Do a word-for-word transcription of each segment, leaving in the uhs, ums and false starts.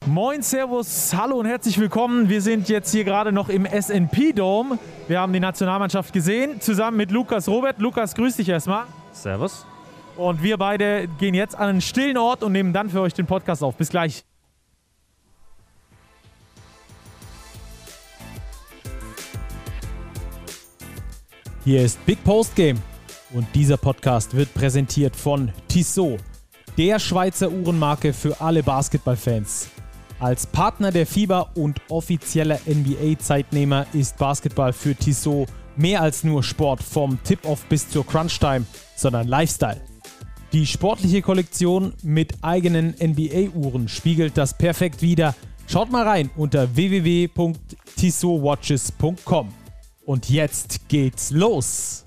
Moin, Servus, hallo und herzlich willkommen. Wir sind jetzt hier gerade noch im S and P Dome. Wir haben die Nationalmannschaft gesehen, zusammen mit Lukas Robert. Lukas, grüß dich erstmal. Servus. Und wir beide gehen jetzt an einen stillen Ort und nehmen dann für euch den Podcast auf. Bis gleich. Hier ist Big Post Game und dieser Podcast wird präsentiert von Tissot, der Schweizer Uhrenmarke für alle Basketballfans. Als Partner der FIBA und offizieller N B A-Zeitnehmer ist Basketball für Tissot mehr als nur Sport vom Tip-Off bis zur Crunch-Time, sondern Lifestyle. Die sportliche Kollektion mit eigenen N B A-Uhren spiegelt das perfekt wider. Schaut mal rein unter w w w punkt tissot watches punkt com. Und jetzt geht's los!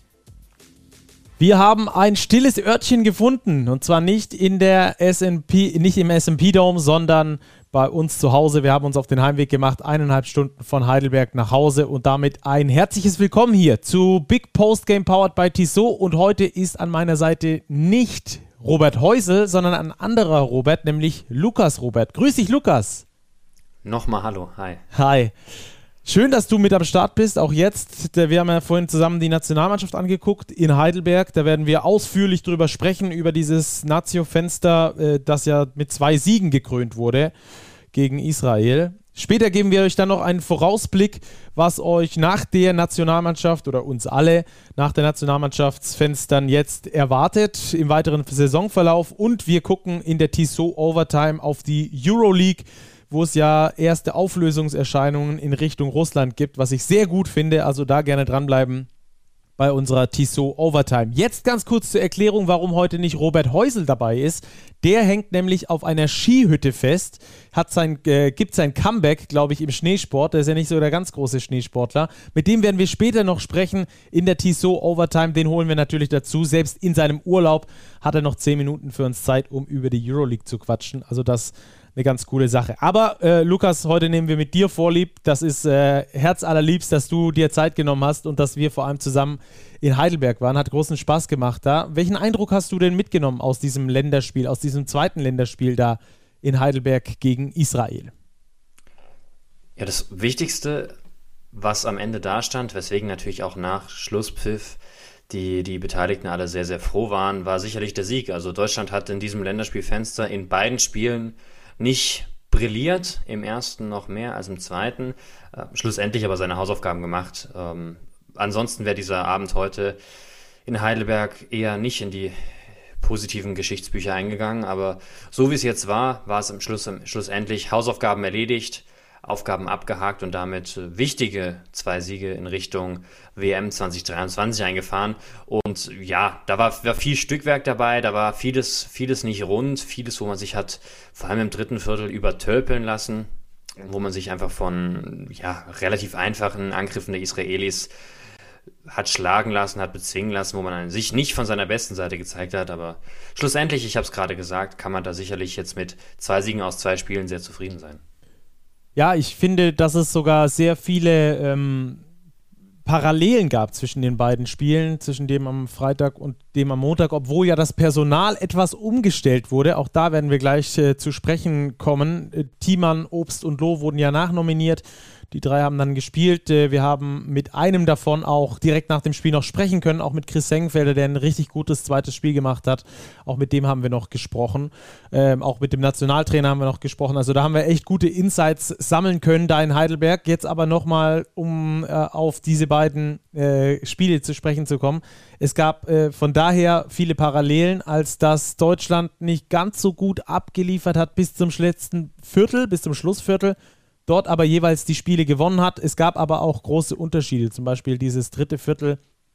Wir haben ein stilles Örtchen gefunden und zwar nicht in der S and P, nicht im S and P Dome, sondern bei uns zu Hause. Wir haben uns auf den Heimweg gemacht, eineinhalb Stunden von Heidelberg nach Hause und damit ein herzliches Willkommen hier zu Big Post Game powered by Tissot und heute ist an meiner Seite nicht Robert Heusel, sondern ein anderer Robert, nämlich Lukas Robert. Grüß dich, Lukas. Nochmal hallo, hi. Hi. Schön, dass du mit am Start bist, auch jetzt. Wir haben ja vorhin zusammen die Nationalmannschaft angeguckt in Heidelberg. Da werden wir ausführlich drüber sprechen, über dieses Nazio-Fenster, das ja mit zwei Siegen gekrönt wurde gegen Israel. Später geben wir euch dann noch einen Vorausblick, was euch nach der Nationalmannschaft oder uns alle nach der Nationalmannschaftsfenstern jetzt erwartet im weiteren Saisonverlauf. Und wir gucken in der Tissot Overtime auf die Euroleague, wo es ja erste Auflösungserscheinungen in Richtung Russland gibt, was ich sehr gut finde, also da gerne dranbleiben bei unserer Tissot Overtime. Jetzt ganz kurz zur Erklärung, warum heute nicht Robert Heusel dabei ist. Der hängt nämlich auf einer Skihütte fest, hat sein, äh, gibt sein Comeback, glaube ich, im Schneesport. Der ist ja nicht so der ganz große Schneesportler. Mit dem werden wir später noch sprechen in der Tissot Overtime. Den holen wir natürlich dazu. Selbst in seinem Urlaub hat er noch zehn Minuten für uns Zeit, um über die Euroleague zu quatschen. Also das eine ganz coole Sache. Aber äh, Lukas, heute nehmen wir mit dir vorlieb. Das ist äh, herzallerliebst, dass du dir Zeit genommen hast und dass wir vor allem zusammen in Heidelberg waren. Hat großen Spaß gemacht da. Welchen Eindruck hast du denn mitgenommen aus diesem Länderspiel, aus diesem zweiten Länderspiel da in Heidelberg gegen Israel? Ja, das Wichtigste, was am Ende da stand, weswegen natürlich auch nach Schlusspfiff die, die Beteiligten alle sehr, sehr froh waren, war sicherlich der Sieg. Also Deutschland hat in diesem Länderspielfenster in beiden Spielen nicht brilliert, im ersten noch mehr als im zweiten, äh, schlussendlich aber seine Hausaufgaben gemacht. Ähm, ansonsten wäre dieser Abend heute in Heidelberg eher nicht in die positiven Geschichtsbücher eingegangen, aber so wie es jetzt war, war es im Schluss, schlussendlich Hausaufgaben erledigt, Aufgaben abgehakt und damit wichtige zwei Siege in Richtung W M zwanzig dreiundzwanzig eingefahren. Und ja, da war, war viel Stückwerk dabei, da war vieles, vieles nicht rund, vieles, wo man sich hat vor allem im dritten Viertel übertölpeln lassen, wo man sich einfach von ja, relativ einfachen Angriffen der Israelis hat schlagen lassen, hat bezwingen lassen, wo man sich nicht von seiner besten Seite gezeigt hat. Aber schlussendlich, ich habe es gerade gesagt, kann man da sicherlich jetzt mit zwei Siegen aus zwei Spielen sehr zufrieden sein. Ja, ich finde, dass es sogar sehr viele ähm, Parallelen gab zwischen den beiden Spielen, zwischen dem am Freitag und dem am Montag, obwohl ja das Personal etwas umgestellt wurde. Auch da werden wir gleich äh, zu sprechen kommen. Äh, Thiemann, Obst und Loh wurden ja nachnominiert. Die drei haben dann gespielt. Äh, wir haben mit einem davon auch direkt nach dem Spiel noch sprechen können, auch mit Chris Sengenfelder, der ein richtig gutes zweites Spiel gemacht hat. Auch mit dem haben wir noch gesprochen. Ähm, auch mit dem Nationaltrainer haben wir noch gesprochen. Also da haben wir echt gute Insights sammeln können da in Heidelberg. Jetzt aber nochmal, um äh, auf diese beiden äh, Spiele zu sprechen zu kommen. Es gab äh, von daher viele Parallelen, als dass Deutschland nicht ganz so gut abgeliefert hat bis zum letzten Viertel, bis zum Schlussviertel. Dort aber jeweils die Spiele gewonnen hat. Es gab aber auch große Unterschiede, zum Beispiel dieses dritte Viertel,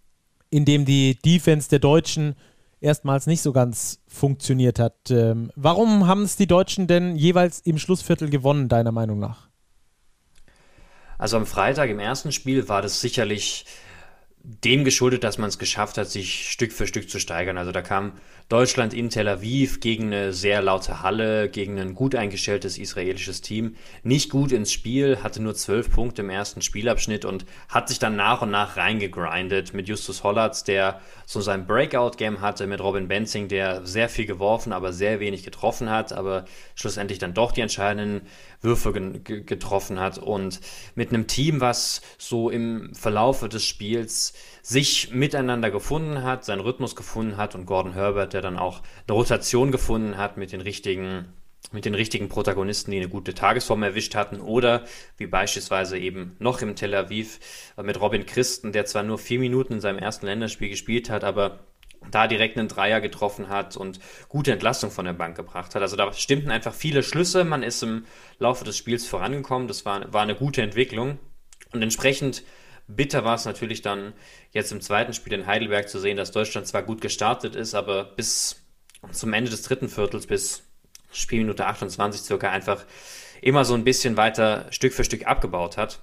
in dem die Defense der Deutschen erstmals nicht so ganz funktioniert hat. Ähm, warum haben es die Deutschen denn jeweils im Schlussviertel gewonnen, deiner Meinung nach? Also am Freitag im ersten Spiel war das sicherlich dem geschuldet, dass man es geschafft hat, sich Stück für Stück zu steigern. Also da kam Deutschland in Tel Aviv gegen eine sehr laute Halle, gegen ein gut eingestelltes israelisches Team, nicht gut ins Spiel, hatte nur zwölf Punkte im ersten Spielabschnitt und hat sich dann nach und nach reingegrindet mit Justus Hollatz, der so sein Breakout-Game hatte, mit Robin Benzing, der sehr viel geworfen, aber sehr wenig getroffen hat, aber schlussendlich dann doch die entscheidenden Würfe ge- getroffen hat und mit einem Team, was so im Verlaufe des Spiels sich miteinander gefunden hat, seinen Rhythmus gefunden hat und Gordon Herbert, der dann auch eine Rotation gefunden hat mit den richtigen, mit den richtigen Protagonisten, die eine gute Tagesform erwischt hatten oder wie beispielsweise eben noch im Tel Aviv mit Robin Christen, der zwar nur vier Minuten in seinem ersten Länderspiel gespielt hat, aber da direkt einen Dreier getroffen hat und gute Entlastung von der Bank gebracht hat. Also da stimmten einfach viele Schlüsse, man ist im Laufe des Spiels vorangekommen, das war, war eine gute Entwicklung und entsprechend bitter war es natürlich dann jetzt im zweiten Spiel in Heidelberg zu sehen, dass Deutschland zwar gut gestartet ist, aber bis zum Ende des dritten Viertels, bis Spielminute achtundzwanzig circa, einfach immer so ein bisschen weiter Stück für Stück abgebaut hat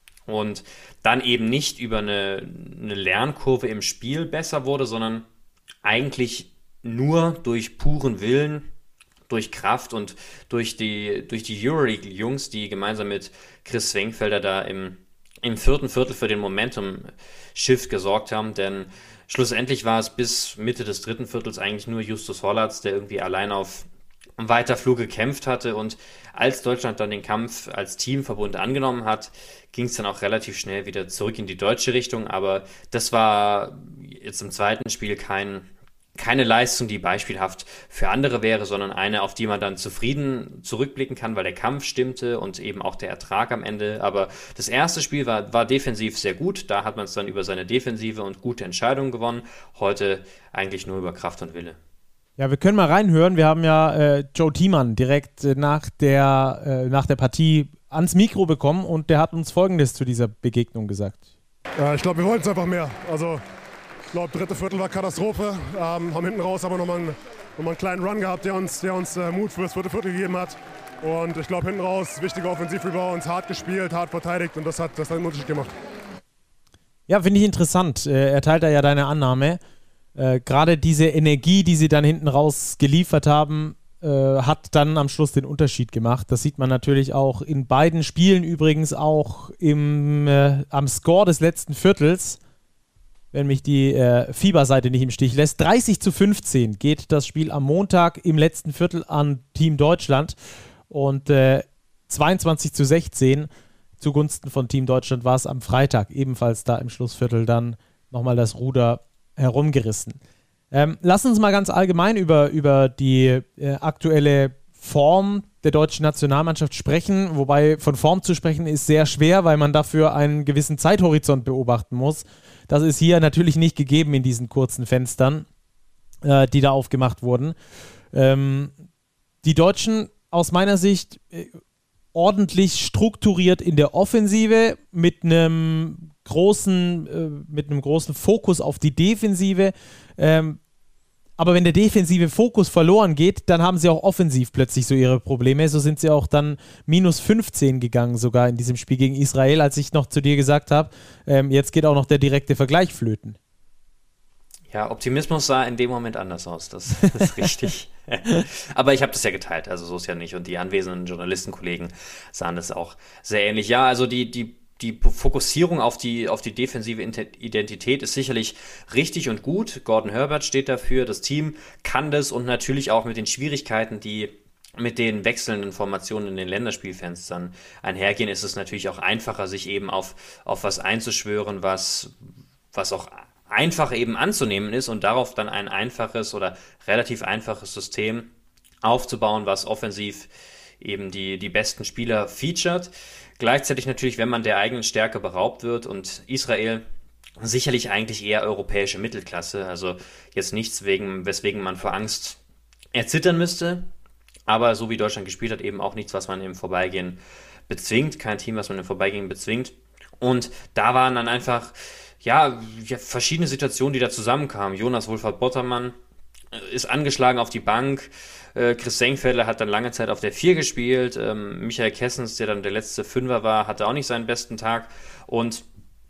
und dann eben nicht über eine, eine Lernkurve im Spiel besser wurde, sondern eigentlich nur durch puren Willen, durch Kraft und durch die, durch die Euroleague-Jungs, die gemeinsam mit Chris Zwengfelder da im im vierten Viertel für den Momentum-Shift gesorgt haben, denn schlussendlich war es bis Mitte des dritten Viertels eigentlich nur Justus Hollatz, der irgendwie allein auf weiter Flur gekämpft hatte und als Deutschland dann den Kampf als Teamverbund angenommen hat, ging es dann auch relativ schnell wieder zurück in die deutsche Richtung, aber das war jetzt im zweiten Spiel kein keine Leistung, die beispielhaft für andere wäre, sondern eine, auf die man dann zufrieden zurückblicken kann, weil der Kampf stimmte und eben auch der Ertrag am Ende. Aber das erste Spiel war, war defensiv sehr gut. Da hat man es dann über seine Defensive und gute Entscheidungen gewonnen. Heute eigentlich nur über Kraft und Wille. Ja, wir können mal reinhören. Wir haben ja äh, Joe Thiemann direkt äh, nach, der, äh, nach der Partie ans Mikro bekommen und der hat uns Folgendes zu dieser Begegnung gesagt. Ja, ich glaube, wir wollten es einfach mehr. Also ich glaube, dritte Viertel war Katastrophe, ähm, haben hinten raus aber nochmal einen, noch einen kleinen Run gehabt, der uns, der uns äh, Mut für das vierte Viertel gegeben hat. Und ich glaube, hinten raus, wichtige Offensivrebounds, hart gespielt, hart verteidigt und das hat, das hat einen Unterschied gemacht. Ja, finde ich interessant. Äh, er teilt da ja deine Annahme. Äh, Gerade diese Energie, die sie dann hinten raus geliefert haben, äh, hat dann am Schluss den Unterschied gemacht. Das sieht man natürlich auch in beiden Spielen, übrigens auch im, äh, am Score des letzten Viertels. Wenn mich die äh, Fieberseite nicht im Stich lässt. dreißig zu fünfzehn geht das Spiel am Montag im letzten Viertel an Team Deutschland und äh, zweiundzwanzig zu sechzehn zugunsten von Team Deutschland war es am Freitag, ebenfalls da im Schlussviertel dann nochmal das Ruder herumgerissen. Ähm, lass uns mal ganz allgemein über, über die äh, aktuelle Form der deutschen Nationalmannschaft sprechen, wobei von Form zu sprechen ist sehr schwer, weil man dafür einen gewissen Zeithorizont beobachten muss. Das ist hier natürlich nicht gegeben in diesen kurzen Fenstern, äh, die da aufgemacht wurden. Ähm, die Deutschen aus meiner Sicht äh, ordentlich strukturiert in der Offensive mit einem großen, äh, mit einem großen Fokus auf die Defensive. Ähm, aber wenn der defensive Fokus verloren geht, dann haben sie auch offensiv plötzlich so ihre Probleme. So sind sie auch dann minus fünfzehn gegangen, sogar in diesem Spiel gegen Israel, als ich noch zu dir gesagt habe, ähm, jetzt geht auch noch der direkte Vergleich flöten. Ja, Optimismus sah in dem Moment anders aus, das, das ist richtig. Aber ich habe das ja geteilt, also so ist ja nicht. Und die anwesenden Journalistenkollegen sahen das auch sehr ähnlich. Ja, also die, die Die Fokussierung auf die, auf die defensive Identität ist sicherlich richtig und gut. Gordon Herbert steht dafür, das Team kann das und natürlich auch mit den Schwierigkeiten, die mit den wechselnden Formationen in den Länderspielfenstern einhergehen, ist es natürlich auch einfacher, sich eben auf, auf was einzuschwören, was, was auch einfach eben anzunehmen ist und darauf dann ein einfaches oder relativ einfaches System aufzubauen, was offensiv eben die, die besten Spieler featured. Gleichzeitig natürlich, wenn man der eigenen Stärke beraubt wird und Israel sicherlich eigentlich eher europäische Mittelklasse, also jetzt nichts, wegen, weswegen man vor Angst erzittern müsste, aber so wie Deutschland gespielt hat, eben auch nichts, was man im Vorbeigehen bezwingt, kein Team, was man im Vorbeigehen bezwingt. Und da waren dann einfach ja, ja verschiedene Situationen, die da zusammenkamen. Jonas Wohlfahrt-Bottermann ist angeschlagen auf die Bank. Chris Senkfelder hat dann lange Zeit auf der vier gespielt. Ähm, Michael Kessens, der dann der letzte Fünfer war, hatte auch nicht seinen besten Tag. Und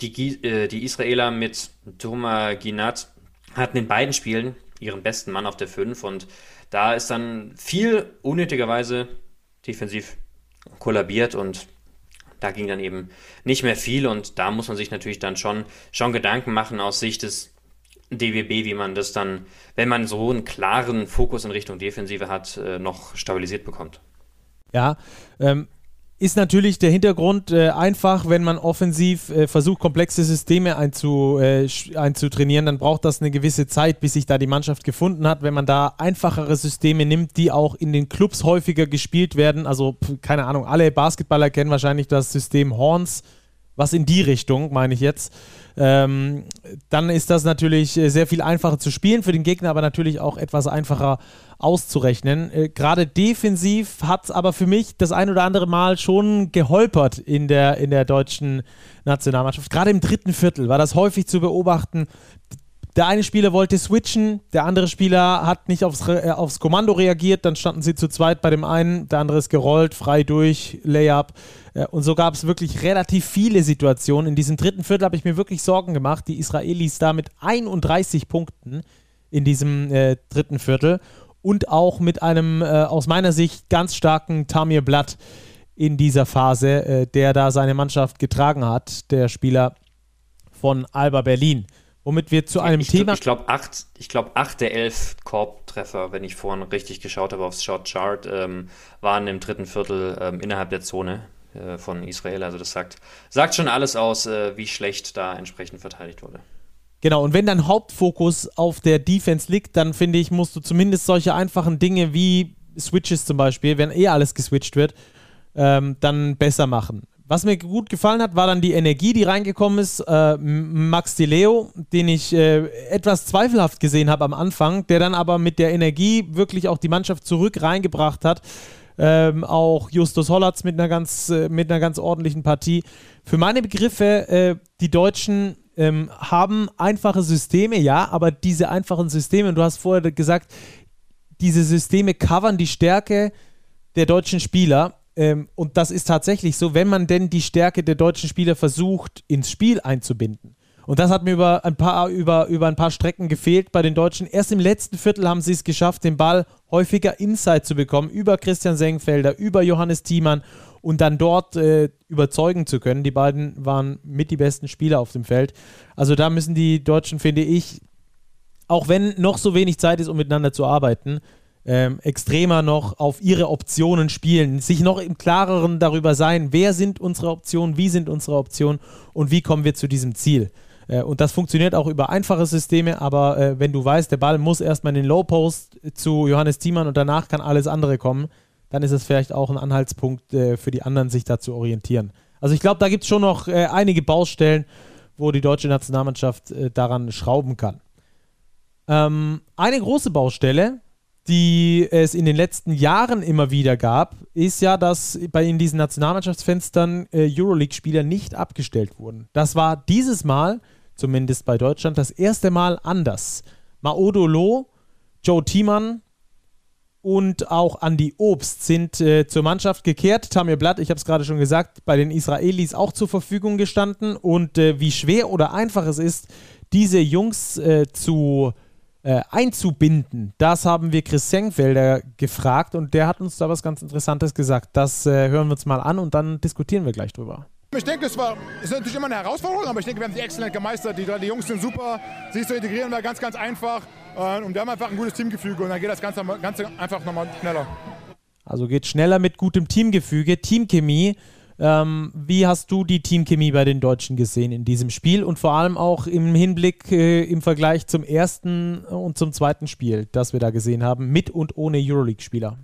die, äh, die Israeler mit Tomer Ginat hatten in beiden Spielen ihren besten Mann auf der fünf und da ist dann viel unnötigerweise defensiv kollabiert und da ging dann eben nicht mehr viel und da muss man sich natürlich dann schon, schon Gedanken machen aus Sicht des D W B, wie man das dann, wenn man so einen klaren Fokus in Richtung Defensive hat, noch stabilisiert bekommt. Ja, ähm, ist natürlich der Hintergrund äh, einfach, wenn man offensiv äh, versucht, komplexe Systeme einzu, äh, einzutrainieren, dann braucht das eine gewisse Zeit, bis sich da die Mannschaft gefunden hat. Wenn man da einfachere Systeme nimmt, die auch in den Clubs häufiger gespielt werden, also keine Ahnung, alle Basketballer kennen wahrscheinlich das System Horns, was in die Richtung, meine ich jetzt, ähm, dann ist das natürlich sehr viel einfacher zu spielen, für den Gegner aber natürlich auch etwas einfacher auszurechnen. Äh, Gerade defensiv hat es aber für mich das ein oder andere Mal schon geholpert in der, in der deutschen Nationalmannschaft. Gerade im dritten Viertel war das häufig zu beobachten. Der eine Spieler wollte switchen, der andere Spieler hat nicht aufs, äh, aufs Kommando reagiert, dann standen sie zu zweit bei dem einen, der andere ist gerollt, frei durch, Layup. Äh, und so gab es wirklich relativ viele Situationen. In diesem dritten Viertel habe ich mir wirklich Sorgen gemacht, die Israelis da mit einunddreißig Punkten in diesem äh, dritten Viertel und auch mit einem äh, aus meiner Sicht ganz starken Tamir Blatt in dieser Phase, äh, der da seine Mannschaft getragen hat, der Spieler von Alba Berlin. Womit wir zu einem ich, Thema... Ich glaube, acht, ich glaub, acht der elf Korbtreffer, wenn ich vorhin richtig geschaut habe aufs Shot-Chart, ähm, waren im dritten Viertel ähm, innerhalb der Zone äh, von Israel. Also das sagt, sagt schon alles aus, äh, wie schlecht da entsprechend verteidigt wurde. Genau, und wenn dein Hauptfokus auf der Defense liegt, dann finde ich, musst du zumindest solche einfachen Dinge wie Switches zum Beispiel, wenn eh alles geswitcht wird, ähm, dann besser machen. Was mir gut gefallen hat, war dann die Energie, die reingekommen ist. Äh, Max Di Leo, den ich äh, etwas zweifelhaft gesehen habe am Anfang, der dann aber mit der Energie wirklich auch die Mannschaft zurück reingebracht hat. Ähm, auch Justus Hollatz mit einer ganz, äh, mit einer ganz ordentlichen Partie. Für meine Begriffe, äh, die Deutschen ähm, haben einfache Systeme, ja, aber diese einfachen Systeme, und du hast vorher gesagt, diese Systeme covern die Stärke der deutschen Spieler. Ähm, und das ist tatsächlich so, wenn man denn die Stärke der deutschen Spieler versucht, ins Spiel einzubinden. Und das hat mir über ein paar, über, über ein paar Strecken gefehlt bei den Deutschen. Erst im letzten Viertel haben sie es geschafft, den Ball häufiger Inside zu bekommen, über Christian Sengfelder, über Johannes Thiemann und dann dort äh, überzeugen zu können. Die beiden waren mit die besten Spieler auf dem Feld. Also da müssen die Deutschen, finde ich, auch wenn noch so wenig Zeit ist, um miteinander zu arbeiten, Ähm, extremer noch auf ihre Optionen spielen, sich noch im Klareren darüber sein, wer sind unsere Optionen, wie sind unsere Optionen und wie kommen wir zu diesem Ziel. Äh, und das funktioniert auch über einfache Systeme, aber äh, wenn du weißt, der Ball muss erstmal in den Low Post zu Johannes Thiemann und danach kann alles andere kommen, dann ist es vielleicht auch ein Anhaltspunkt äh, für die anderen, sich da zu orientieren. Also ich glaube, da gibt es schon noch äh, einige Baustellen, wo die deutsche Nationalmannschaft äh, daran schrauben kann. Ähm, eine große Baustelle, die es in den letzten Jahren immer wieder gab, ist ja, dass bei in diesen Nationalmannschaftsfenstern äh, Euroleague-Spieler nicht abgestellt wurden. Das war dieses Mal, zumindest bei Deutschland, das erste Mal anders. Maodo Lo, Joe Thiemann und auch Andi Obst sind äh, zur Mannschaft gekehrt. Tamir Blatt, ich habe es gerade schon gesagt, bei den Israelis auch zur Verfügung gestanden. Und äh, wie schwer oder einfach es ist, diese Jungs äh, zu Äh, einzubinden. Das haben wir Chris Sengfelder gefragt und der hat uns da was ganz Interessantes gesagt. Das äh, hören wir uns mal an und dann diskutieren wir gleich drüber. Ich denke, es war, es ist natürlich immer eine Herausforderung, aber ich denke, wir haben sie exzellent gemeistert. Die, die Jungs sind super, sie zu integrieren war ganz, ganz einfach äh, und wir haben einfach ein gutes Teamgefüge und dann geht das Ganze, Ganze einfach nochmal schneller. Also geht schneller mit gutem Teamgefüge, Teamchemie. Ähm, wie hast du die Teamchemie bei den Deutschen gesehen in diesem Spiel und vor allem auch im Hinblick äh, im Vergleich zum ersten und zum zweiten Spiel, das wir da gesehen haben, mit und ohne Euroleague-Spieler?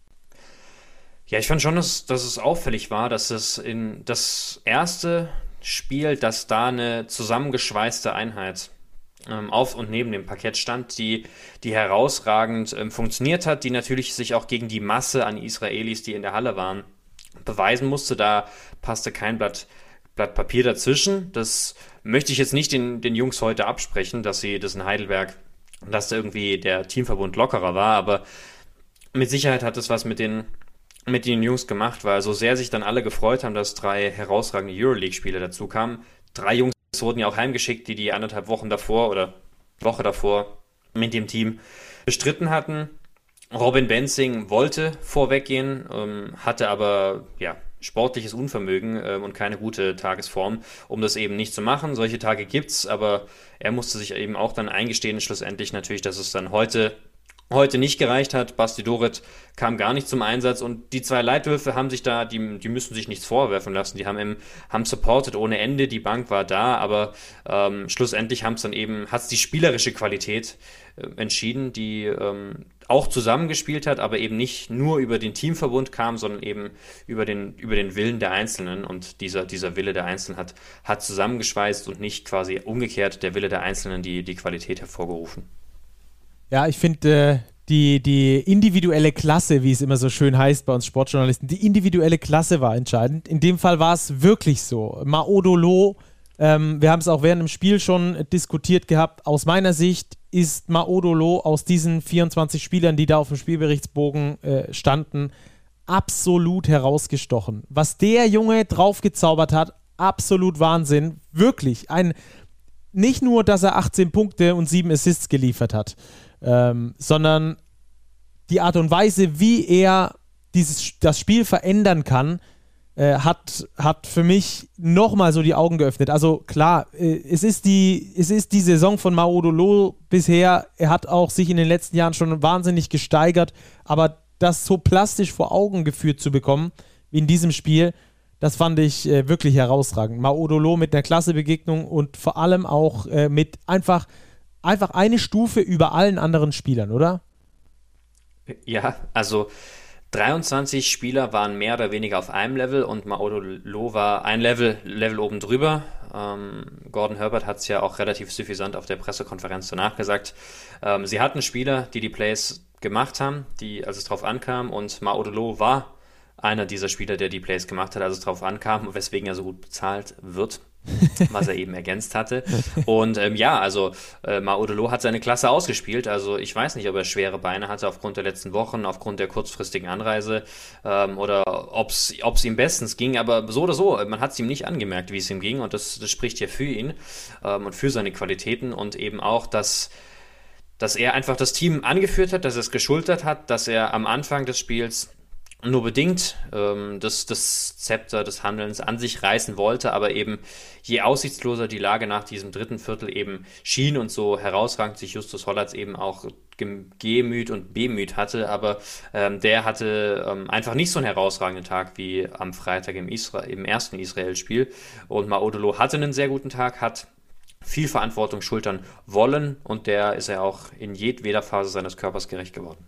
Ja, ich fand schon, dass, dass es auffällig war, dass es in das erste Spiel, dass da eine zusammengeschweißte Einheit ähm, auf und neben dem Parkett stand, die, die herausragend ähm, funktioniert hat, die natürlich sich auch gegen die Masse an Israelis, die in der Halle waren, beweisen musste. Da passte kein Blatt, Blatt Papier dazwischen. Das möchte ich jetzt nicht den, den Jungs heute absprechen, dass sie das in Heidelberg, dass da irgendwie der Teamverbund lockerer war, aber mit Sicherheit hat es was mit den, mit den Jungs gemacht, weil so sehr sich dann alle gefreut haben, dass drei herausragende Euroleague-Spieler dazu kamen, drei Jungs Jungs wurden ja auch heimgeschickt, die die anderthalb Wochen davor oder Woche davor mit dem Team bestritten hatten. Robin Benzing wollte vorweggehen, ähm, hatte aber ja sportliches Unvermögen äh, und keine gute Tagesform, um das eben nicht zu machen. Solche Tage gibt's, aber er musste sich eben auch dann eingestehen, schlussendlich natürlich, dass es dann heute heute nicht gereicht hat. Basti Doret kam gar nicht zum Einsatz und die zwei Leitwölfe haben sich da, die, die müssen sich nichts vorwerfen lassen. Die haben im, haben supported ohne Ende, die Bank war da, aber ähm, schlussendlich haben es dann eben, hat es die spielerische Qualität äh, entschieden, die ähm, auch zusammengespielt hat, aber eben nicht nur über den Teamverbund kam, sondern eben über den, über den Willen der Einzelnen und dieser, dieser Wille der Einzelnen hat, hat zusammengeschweißt und nicht quasi umgekehrt der Wille der Einzelnen die, die Qualität hervorgerufen. Ja, ich finde äh, die, die individuelle Klasse, wie es immer so schön heißt bei uns Sportjournalisten, die individuelle Klasse war entscheidend. In dem Fall war es wirklich so. Maodolo, ähm, wir haben es auch während dem Spiel schon diskutiert gehabt, aus meiner Sicht ist Maodolo aus diesen vierundzwanzig Spielern, die da auf dem Spielberichtsbogen äh, standen, absolut herausgestochen. Was der Junge draufgezaubert hat, absolut Wahnsinn. Wirklich. Ein, nicht nur, dass er achtzehn Punkte und sieben Assists geliefert hat, Ähm, sondern die Art und Weise, wie er dieses, das Spiel verändern kann, äh, hat, hat für mich nochmal so die Augen geöffnet. Also klar, äh, es, ist die, es ist die Saison von Maodolo bisher, er hat auch sich in den letzten Jahren schon wahnsinnig gesteigert, aber das so plastisch vor Augen geführt zu bekommen, wie in diesem Spiel, das fand ich äh, wirklich herausragend. Maodolo mit einer Klassebegegnung und vor allem auch äh, mit einfach Einfach eine Stufe über allen anderen Spielern, oder? Ja, also dreiundzwanzig Spieler waren mehr oder weniger auf einem Level und Maodolo war ein Level, Level oben drüber. Ähm, Gordon Herbert hat es ja auch relativ suffisant auf der Pressekonferenz danach gesagt. Ähm, sie hatten Spieler, die die Plays gemacht haben, die, als es drauf ankam, und Maodolo war einer dieser Spieler, der die Plays gemacht hat, als es drauf ankam, weswegen er so gut bezahlt wird. Was er eben ergänzt hatte. Und ähm, ja, also äh, Maodolo hat seine Klasse ausgespielt. Also ich weiß nicht, ob er schwere Beine hatte aufgrund der letzten Wochen, aufgrund der kurzfristigen Anreise ähm, oder ob es ihm bestens ging. Aber so oder so, man hat es ihm nicht angemerkt, wie es ihm ging. Und das, das spricht ja für ihn ähm, und für seine Qualitäten und eben auch, dass dass er einfach das Team angeführt hat, dass er es geschultert hat, dass er am Anfang des Spiels nur bedingt ähm, das, das Zepter des Handelns an sich reißen wollte, aber eben je aussichtsloser die Lage nach diesem dritten Viertel eben schien und so herausragend sich Justus Hollatz eben auch gemüht und bemüht hatte, aber ähm, der hatte ähm, einfach nicht so einen herausragenden Tag wie am Freitag im, Isra- im ersten Israel-Spiel und Maodolo hatte einen sehr guten Tag, hat viel Verantwortung schultern wollen und der ist er auch in jedweder Phase seines Körpers gerecht geworden.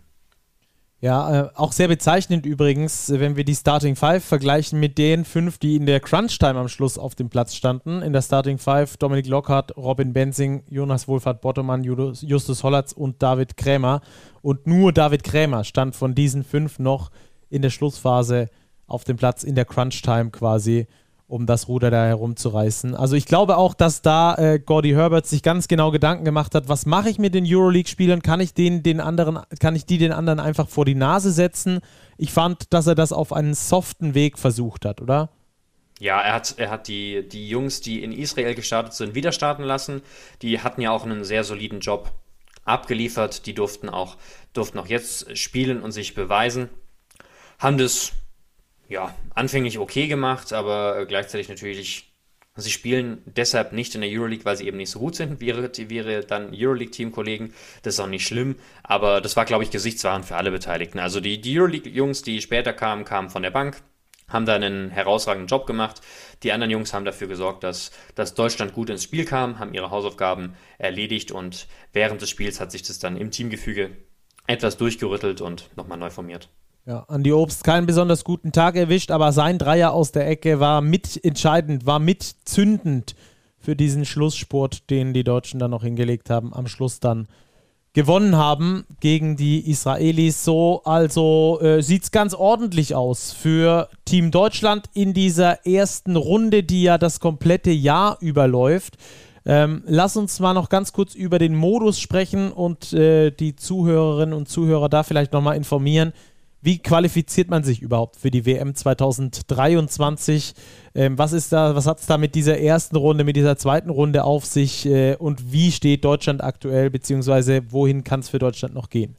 Ja, äh, auch sehr bezeichnend übrigens, wenn wir die Starting Five vergleichen mit den fünf, die in der Crunch-Time am Schluss auf dem Platz standen. In der Starting Five Dominik Lockhart, Robin Benzing, Jonas Wohlfahrt-Bottermann, Justus Hollatz und David Krämer. Und nur David Krämer stand von diesen fünf noch in der Schlussphase auf dem Platz in der Crunch-Time quasi, um das Ruder da herumzureißen. Also ich glaube auch, dass da äh, Gordy Herbert sich ganz genau Gedanken gemacht hat, was mache ich mit den Euroleague-Spielern? Kann ich den, den anderen, kann ich die den anderen einfach vor die Nase setzen? Ich fand, dass er das auf einen soften Weg versucht hat, oder? Ja, er hat, er hat die, die Jungs, die in Israel gestartet sind, wieder starten lassen. Die hatten ja auch einen sehr soliden Job abgeliefert. Die durften auch, durften auch jetzt spielen und sich beweisen. Haben das ja, anfänglich okay gemacht, aber gleichzeitig natürlich, sie spielen deshalb nicht in der Euroleague, weil sie eben nicht so gut sind, wie ihre, wie ihre dann Euroleague-Teamkollegen. Das ist auch nicht schlimm, aber das war, glaube ich, gesichtswahrend für alle Beteiligten. Also die, die Euroleague-Jungs, die später kamen, kamen von der Bank, haben da einen herausragenden Job gemacht. Die anderen Jungs haben dafür gesorgt, dass, dass Deutschland gut ins Spiel kam, haben ihre Hausaufgaben erledigt und während des Spiels hat sich das dann im Teamgefüge etwas durchgerüttelt und nochmal neu formiert. Ja, Andi Obst keinen besonders guten Tag erwischt, aber sein Dreier aus der Ecke war mitentscheidend, war mitzündend für diesen Schlussspurt, den die Deutschen dann noch hingelegt haben, am Schluss dann gewonnen haben gegen die Israelis. So, also äh, sieht es ganz ordentlich aus für Team Deutschland in dieser ersten Runde, die ja das komplette Jahr überläuft. Ähm, lass uns mal noch ganz kurz über den Modus sprechen und äh, die Zuhörerinnen und Zuhörer da vielleicht nochmal informieren, Wie qualifiziert man sich überhaupt für die W M zwanzig dreiundzwanzig? Ähm, was ist da, was hat es da mit dieser ersten Runde, mit dieser zweiten Runde auf sich äh, und wie steht Deutschland aktuell, beziehungsweise wohin kann es für Deutschland noch gehen?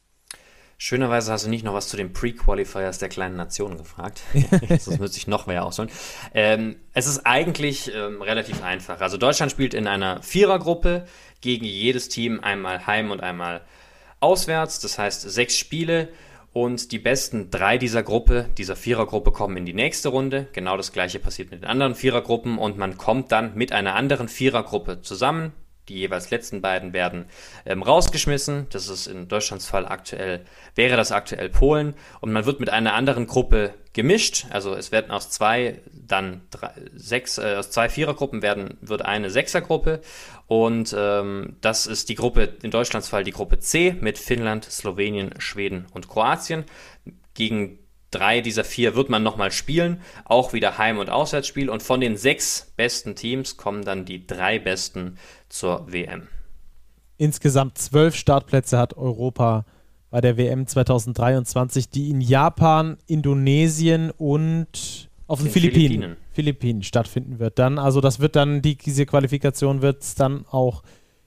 Schönerweise hast du nicht noch was zu den Pre-Qualifiers der kleinen Nationen gefragt. Sonst müsste ich noch mehr ausholen. Ähm, es ist eigentlich ähm, relativ einfach. Also Deutschland spielt in einer Vierergruppe gegen jedes Team einmal heim und einmal auswärts. Das heißt sechs Spiele. Und die besten drei dieser Gruppe, dieser Vierergruppe, kommen in die nächste Runde. Genau das gleiche passiert mit den anderen Vierergruppen und man kommt dann mit einer anderen Vierergruppe zusammen. Die jeweils letzten beiden werden ähm, rausgeschmissen. Das ist in Deutschlands Fall aktuell, wäre das aktuell Polen. Und man wird mit einer anderen Gruppe gemischt. Also es werden aus zwei, dann drei, sechs, äh, aus zwei Vierergruppen werden, wird eine Sechsergruppe. Und ähm, das ist die Gruppe, in Deutschlands Fall die Gruppe C mit Finnland, Slowenien, Schweden und Kroatien. Gegen drei dieser vier wird man nochmal spielen, auch wieder Heim- und Auswärtsspiel. Und von den sechs besten Teams kommen dann die drei besten zur W M. Insgesamt zwölf Startplätze hat Europa bei der W M zwanzig dreiundzwanzig, die in Japan, Indonesien und auf den, den Philippinen, Philippinen. Philippinen stattfinden wird. Dann, also das wird dann, die, diese Qualifikation wird es dann auch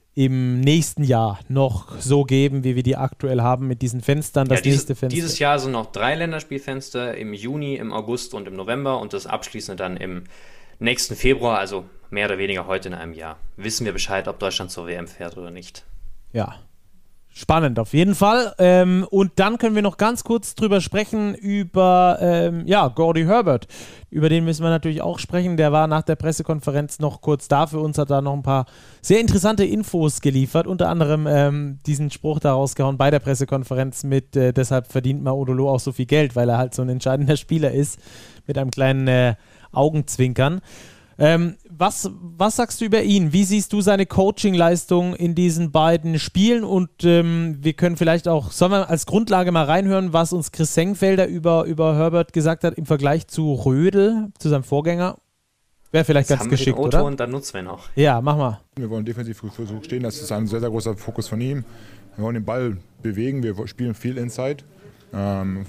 im nächsten Jahr noch so geben, wie wir die aktuell haben mit diesen Fenstern, das ja, diese, nächste Fenster. Dieses Jahr sind noch drei Länderspielfenster, im Juni, im August und im November und das abschließende dann im nächsten Februar, also mehr oder weniger heute in einem Jahr. Wissen wir Bescheid, ob Deutschland zur W M fährt oder nicht. Ja, spannend auf jeden Fall. Ähm, und dann können wir noch ganz kurz drüber sprechen, über ähm, ja, Gordy Herbert. Über den müssen wir natürlich auch sprechen. Der war nach der Pressekonferenz noch kurz da. Für uns hat er noch ein paar sehr interessante Infos geliefert. Unter anderem ähm, diesen Spruch da rausgehauen bei der Pressekonferenz mit, äh, deshalb verdient Maudolo auch so viel Geld, weil er halt so ein entscheidender Spieler ist, mit einem kleinen äh, Augenzwinkern. Ähm, was, was sagst du über ihn? Wie siehst du seine Coaching-Leistung in diesen beiden Spielen? Und ähm, wir können vielleicht auch, sollen wir als Grundlage mal reinhören, was uns Chris Senkfelder über, über Herbert gesagt hat im Vergleich zu Rödel, zu seinem Vorgänger? Wäre vielleicht Jetzt ganz geschickt, oder? Und dann nutzen wir ihn auch. Ja, mach mal. Wir wollen defensiv Versuch stehen, das ist ein sehr, sehr großer Fokus von ihm. Wir wollen den Ball bewegen, wir spielen viel Inside. Ähm,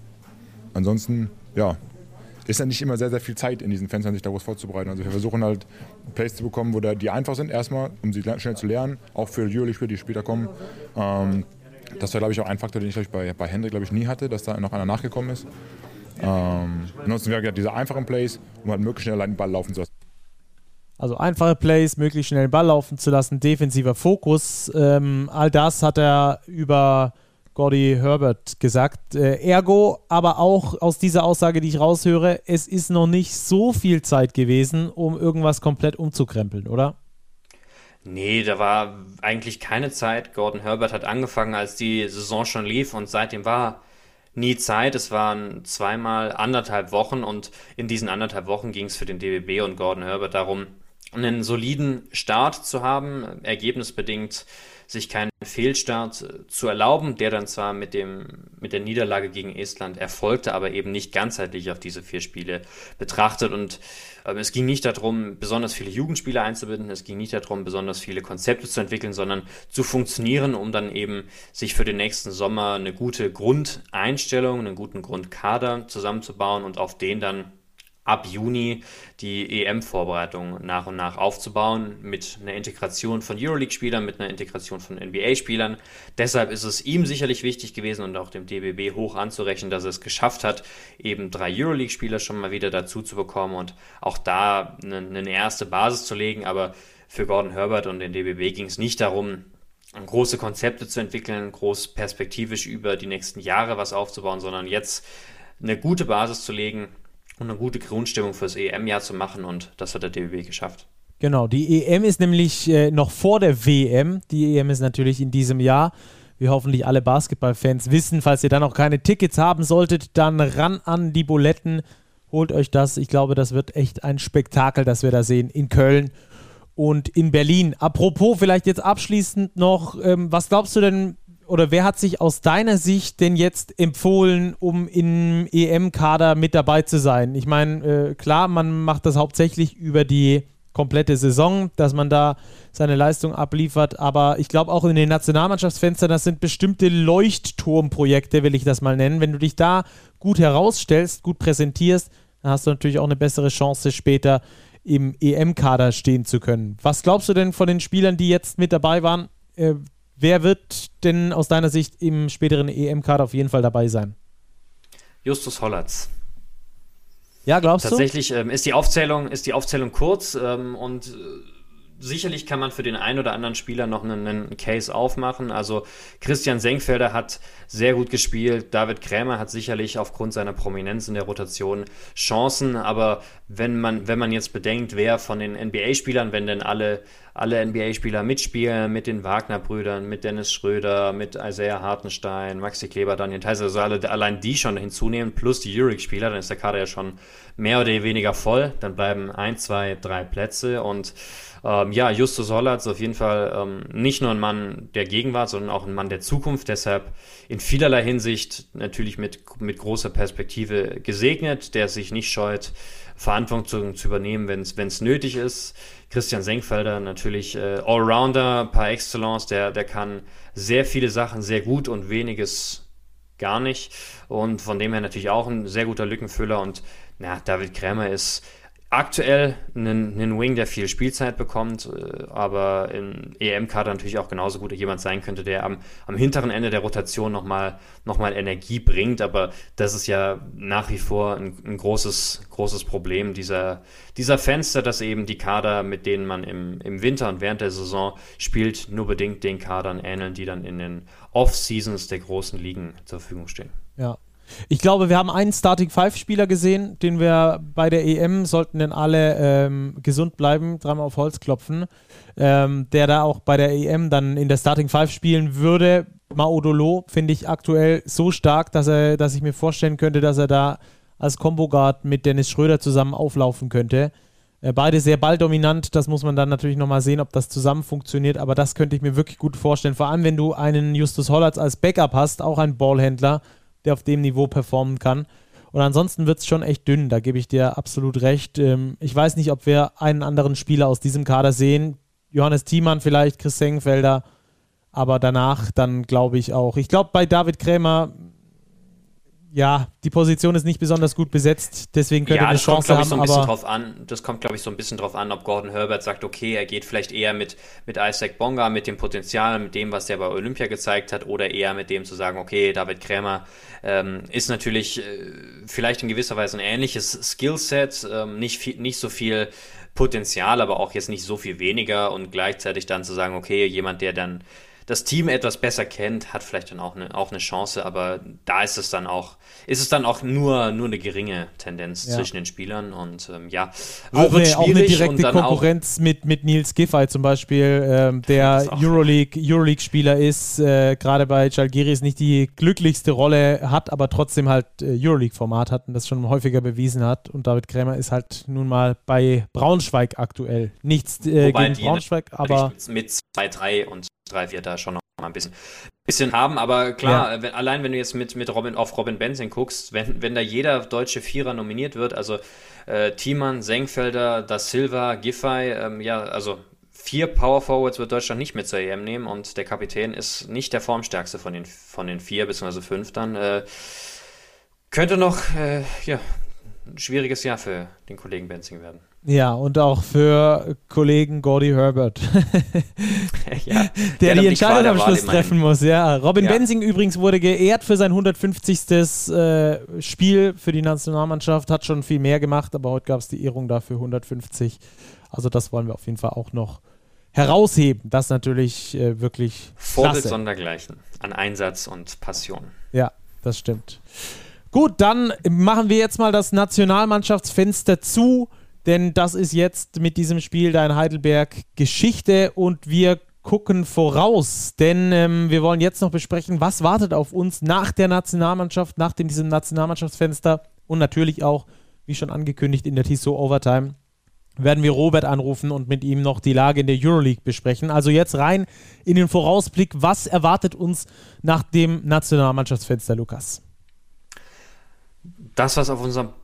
ansonsten, ja, ist ja nicht immer sehr, sehr viel Zeit in diesen Fenstern, sich daraus vorzubereiten. Also wir versuchen halt Plays zu bekommen, wo da die einfach sind erstmal, um sie schnell zu lernen, auch für Euroleague-Spieler, die später kommen. Ähm, das war, glaube ich, auch ein Faktor, den ich, ich bei, bei Hendrik, glaube ich, nie hatte, dass da noch einer nachgekommen ist. Ähm, ansonsten wäre diese einfachen Plays, um halt möglichst schnell den Ball laufen zu lassen. Also einfache Plays, möglichst schnell den Ball laufen zu lassen, defensiver Fokus. Ähm, all das hat er über Gordy Herbert gesagt. Äh, ergo, aber auch aus dieser Aussage, die ich raushöre, es ist noch nicht so viel Zeit gewesen, um irgendwas komplett umzukrempeln, oder? Nee, da war eigentlich keine Zeit. Gordon Herbert hat angefangen, als die Saison schon lief und seitdem war nie Zeit. Es waren zweimal anderthalb Wochen und in diesen anderthalb Wochen ging es für den D B B und Gordon Herbert darum, einen soliden Start zu haben, ergebnisbedingt sich keinen Fehlstart zu erlauben, der dann zwar mit dem mit der Niederlage gegen Estland erfolgte, aber eben nicht ganzheitlich auf diese vier Spiele betrachtet. Und äh, es ging nicht darum, besonders viele Jugendspieler einzubinden, es ging nicht darum, besonders viele Konzepte zu entwickeln, sondern zu funktionieren, um dann eben sich für den nächsten Sommer eine gute Grundeinstellung, einen guten Grundkader zusammenzubauen und auf den dann ab Juni die E M-Vorbereitung nach und nach aufzubauen mit einer Integration von Euroleague-Spielern, mit einer Integration von N B A-Spielern. Deshalb ist es ihm sicherlich wichtig gewesen und auch dem D B B hoch anzurechnen, dass er es geschafft hat, eben drei Euroleague-Spieler schon mal wieder dazu zu bekommen und auch da eine, eine erste Basis zu legen. Aber für Gordon Herbert und den D B B ging es nicht darum, große Konzepte zu entwickeln, groß perspektivisch über die nächsten Jahre was aufzubauen, sondern jetzt eine gute Basis zu legen und eine gute Grundstimmung fürs E M-Jahr zu machen und das hat der D B B geschafft. Genau, die E M ist nämlich äh, noch vor der W M. Die E M ist natürlich in diesem Jahr. Wie hoffentlich alle Basketballfans wissen, falls ihr dann noch keine Tickets haben solltet, dann ran an die Buletten, holt euch das. Ich glaube, das wird echt ein Spektakel, das wir da sehen in Köln und in Berlin. Apropos, vielleicht jetzt abschließend noch, ähm, was glaubst du denn, oder wer hat sich aus deiner Sicht denn jetzt empfohlen, um im E M-Kader mit dabei zu sein? Ich meine, äh, klar, man macht das hauptsächlich über die komplette Saison, dass man da seine Leistung abliefert. Aber ich glaube auch in den Nationalmannschaftsfenstern, das sind bestimmte Leuchtturmprojekte, will ich das mal nennen. Wenn du dich da gut herausstellst, gut präsentierst, dann hast du natürlich auch eine bessere Chance, später im E M-Kader stehen zu können. Was glaubst du denn von den Spielern, die jetzt mit dabei waren? Äh, wer wird denn aus deiner Sicht im späteren E M-Kader auf jeden Fall dabei sein? Justus Hollatz. Ja, glaubst Tatsächlich, du? Tatsächlich ähm, ist die Aufzählung, ist die Aufzählung kurz ähm, und äh, sicherlich kann man für den einen oder anderen Spieler noch einen, einen Case aufmachen. Also Christian Senkfelder hat sehr gut gespielt. David Krämer hat sicherlich aufgrund seiner Prominenz in der Rotation Chancen. Aber wenn man, wenn man jetzt bedenkt, wer von den N B A-Spielern, wenn denn alle, alle N B A-Spieler mitspielen, mit den Wagner-Brüdern, mit Dennis Schröder, mit Isaiah Hartenstein, Maxi Kleber, Daniel Theiser, also alle, allein die schon hinzunehmen, plus die Euroleague-Spieler, dann ist der Kader ja schon mehr oder weniger voll. Dann bleiben ein, zwei, drei Plätze und Ähm, ja, Justus Hollatz auf jeden Fall ähm, nicht nur ein Mann der Gegenwart, sondern auch ein Mann der Zukunft, deshalb in vielerlei Hinsicht natürlich mit, mit großer Perspektive gesegnet, der sich nicht scheut, Verantwortung zu übernehmen, wenn es nötig ist. Christian Senkfelder natürlich äh, Allrounder par excellence, der, der kann sehr viele Sachen sehr gut und weniges gar nicht und von dem her natürlich auch ein sehr guter Lückenfüller und na, David Krämer ist aktuell einen, einen Wing, der viel Spielzeit bekommt, aber im E M-Kader natürlich auch genauso gut jemand sein könnte, der am, am hinteren Ende der Rotation nochmal noch mal Energie bringt, aber das ist ja nach wie vor ein, ein großes, großes Problem dieser, dieser Fenster, dass eben die Kader, mit denen man im, im Winter und während der Saison spielt, nur bedingt den Kadern ähneln, die dann in den Off-Seasons der großen Ligen zur Verfügung stehen. Ja. Ich glaube, wir haben einen Starting-Five-Spieler gesehen, den wir bei der E M, sollten denn alle ähm, gesund bleiben, dreimal auf Holz klopfen, ähm, der da auch bei der E M dann in der Starting-Five spielen würde. Maodolo finde ich aktuell so stark, dass, er, dass ich mir vorstellen könnte, dass er da als Combo-Guard mit Dennis Schröder zusammen auflaufen könnte. Äh, beide sehr balldominant, das muss man dann natürlich nochmal sehen, ob das zusammen funktioniert, aber das könnte ich mir wirklich gut vorstellen. Vor allem, wenn du einen Justus Hollatz als Backup hast, auch ein Ballhändler, der auf dem Niveau performen kann. Und ansonsten wird es schon echt dünn, da gebe ich dir absolut recht. Ähm, ich weiß nicht, ob wir einen anderen Spieler aus diesem Kader sehen. Johannes Thiemann vielleicht, Chris Senkfelder, aber danach dann glaube ich auch. Ich glaube, bei David Krämer, ja, die Position ist nicht besonders gut besetzt, deswegen könnte ja, eine Chance haben. Ja, das kommt, glaube ich, so ein bisschen drauf an. Das kommt, glaube ich, so ein bisschen drauf an, ob Gordon Herbert sagt, okay, er geht vielleicht eher mit, mit Isaac Bonga, mit dem Potenzial, mit dem, was der bei Olympia gezeigt hat, oder eher mit dem zu sagen, okay, David Krämer ähm, ist natürlich äh, vielleicht in gewisser Weise ein ähnliches Skillset, ähm, nicht, viel, nicht so viel Potenzial, aber auch jetzt nicht so viel weniger und gleichzeitig dann zu sagen, okay, jemand, der dann das Team etwas besser kennt, hat vielleicht dann auch eine, auch eine Chance, aber da ist es dann auch, ist es dann auch nur, nur eine geringe Tendenz ja. zwischen den Spielern und ähm, ja, auch eine, auch eine direkte Konkurrenz mit, mit Nils Giffey zum Beispiel, ähm, der Euroleague, Euroleague-Spieler ist, äh, gerade bei Žalgiris nicht die glücklichste Rolle hat, aber trotzdem halt äh, Euroleague-Format hat und das schon häufiger bewiesen hat und David Krämer ist halt nun mal bei Braunschweig aktuell. Nichts äh, gegen Braunschweig, aber mit zwei drei und drei vier da schon noch mal ein bisschen, bisschen haben, aber klar, ja. wenn, allein wenn du jetzt mit, mit Robin auf Robin Benzing guckst, wenn, wenn da jeder deutsche Vierer nominiert wird, also äh, Thiemann, Senkfelder, Da Silva, Giffey, ähm, ja, also vier Power Forwards wird Deutschland nicht mit zur E M nehmen und der Kapitän ist nicht der formstärkste von den, von den vier bzw. fünf dann, äh, könnte noch äh, ja, ein schwieriges Jahr für den Kollegen Benzing werden. Ja, und auch für Kollegen Gordy Herbert, ja, der die Entscheidung am Schluss treffen muss. Ja, Robin ja. Benzing übrigens wurde geehrt für sein hundertfünfzigstes Äh, Spiel für die Nationalmannschaft, hat schon viel mehr gemacht, aber heute gab es die Ehrung dafür hundertfünfzig. Also das wollen wir auf jeden Fall auch noch herausheben. Das natürlich äh, wirklich Vorbild sondergleichen an Einsatz und Passion. Ja, das stimmt. Gut, dann machen wir jetzt mal das Nationalmannschaftsfenster zu. Denn das ist jetzt mit diesem Spiel da in Heidelberg Geschichte und wir gucken voraus, denn ähm, wir wollen jetzt noch besprechen, was wartet auf uns nach der Nationalmannschaft, nach dem, diesem Nationalmannschaftsfenster und natürlich auch, wie schon angekündigt in der Tissot Overtime, werden wir Robert anrufen und mit ihm noch die Lage in der Euroleague besprechen. Also jetzt rein in den Vorausblick, was erwartet uns nach dem Nationalmannschaftsfenster, Lukas? Das, was auf unserem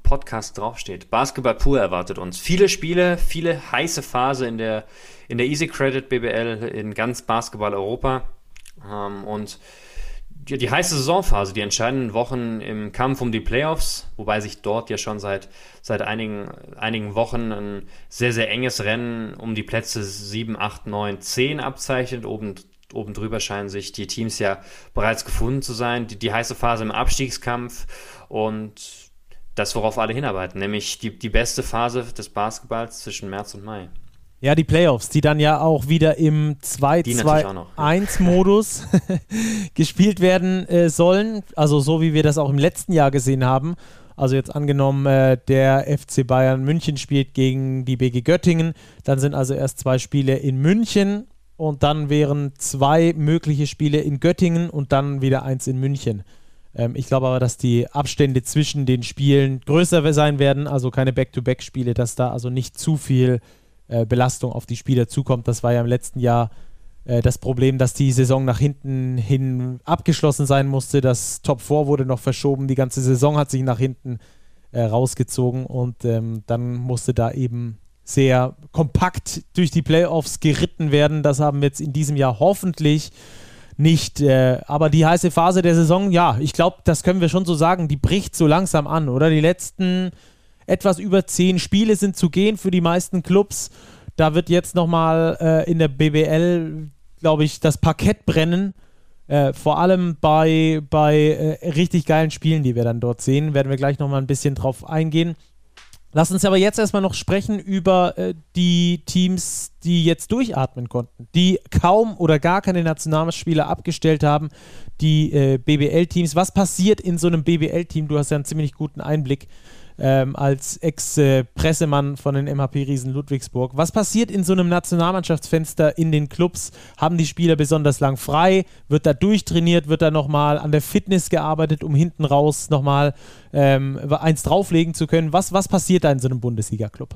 Podcast draufsteht. Basketball pur erwartet uns. Viele Spiele, viele heiße Phase in der, in der Easy Credit B B L in ganz Basketball Europa. Ähm, und die, die heiße Saisonphase, die entscheidenden Wochen im Kampf um die Playoffs, wobei sich dort ja schon seit, seit einigen, einigen Wochen ein sehr, sehr enges Rennen um die Plätze sieben, acht, neun, zehn abzeichnet. Oben, oben drüber scheinen sich die Teams ja bereits gefunden zu sein. Die, die heiße Phase im Abstiegskampf und das, worauf alle hinarbeiten, nämlich die, die beste Phase des Basketballs zwischen März und Mai. Ja, die Playoffs, die dann ja auch wieder im zwei zwei eins Modus gespielt werden äh, sollen. Also so, wie wir das auch im letzten Jahr gesehen haben. Also jetzt angenommen, äh, der F C Bayern München spielt gegen die B G Göttingen. Dann sind also erst zwei Spiele in München und dann wären zwei mögliche Spiele in Göttingen und dann wieder eins in München. Ähm, ich glaube aber, dass die Abstände zwischen den Spielen größer sein werden. Also keine Back-to-Back-Spiele, dass da also nicht zu viel Belastung auf die Spieler zukommt. Das war ja im letzten Jahr äh, das Problem, dass die Saison nach hinten hin abgeschlossen sein musste. Das Top vier wurde noch verschoben. Die ganze Saison hat sich nach hinten äh, rausgezogen und ähm, dann musste da eben sehr kompakt durch die Playoffs geritten werden. Das haben wir jetzt in diesem Jahr hoffentlich nicht. Äh, aber die heiße Phase der Saison, ja, ich glaube, das können wir schon so sagen, die bricht so langsam an, oder? Die letzten etwas über zehn Spiele sind zu gehen für die meisten Clubs. Da wird jetzt nochmal äh, in der B B L, glaube ich, das Parkett brennen. Äh, vor allem bei, bei äh, richtig geilen Spielen, die wir dann dort sehen. Werden wir gleich nochmal ein bisschen drauf eingehen. Lass uns aber jetzt erstmal noch sprechen über äh, die Teams, die jetzt durchatmen konnten, die kaum oder gar keine Nationalspieler abgestellt haben, die äh, B B L-Teams. Was passiert in so einem B B L-Team? Du hast ja einen ziemlich guten Einblick ähm, als Ex-Pressemann von den M H P-Riesen Ludwigsburg. Was passiert in so einem Nationalmannschaftsfenster in den Clubs? Haben die Spieler besonders lang frei? Wird da durchtrainiert? Wird da nochmal an der Fitness gearbeitet, um hinten raus nochmal ähm, eins drauflegen zu können? Was, was passiert da in so einem Bundesliga-Club?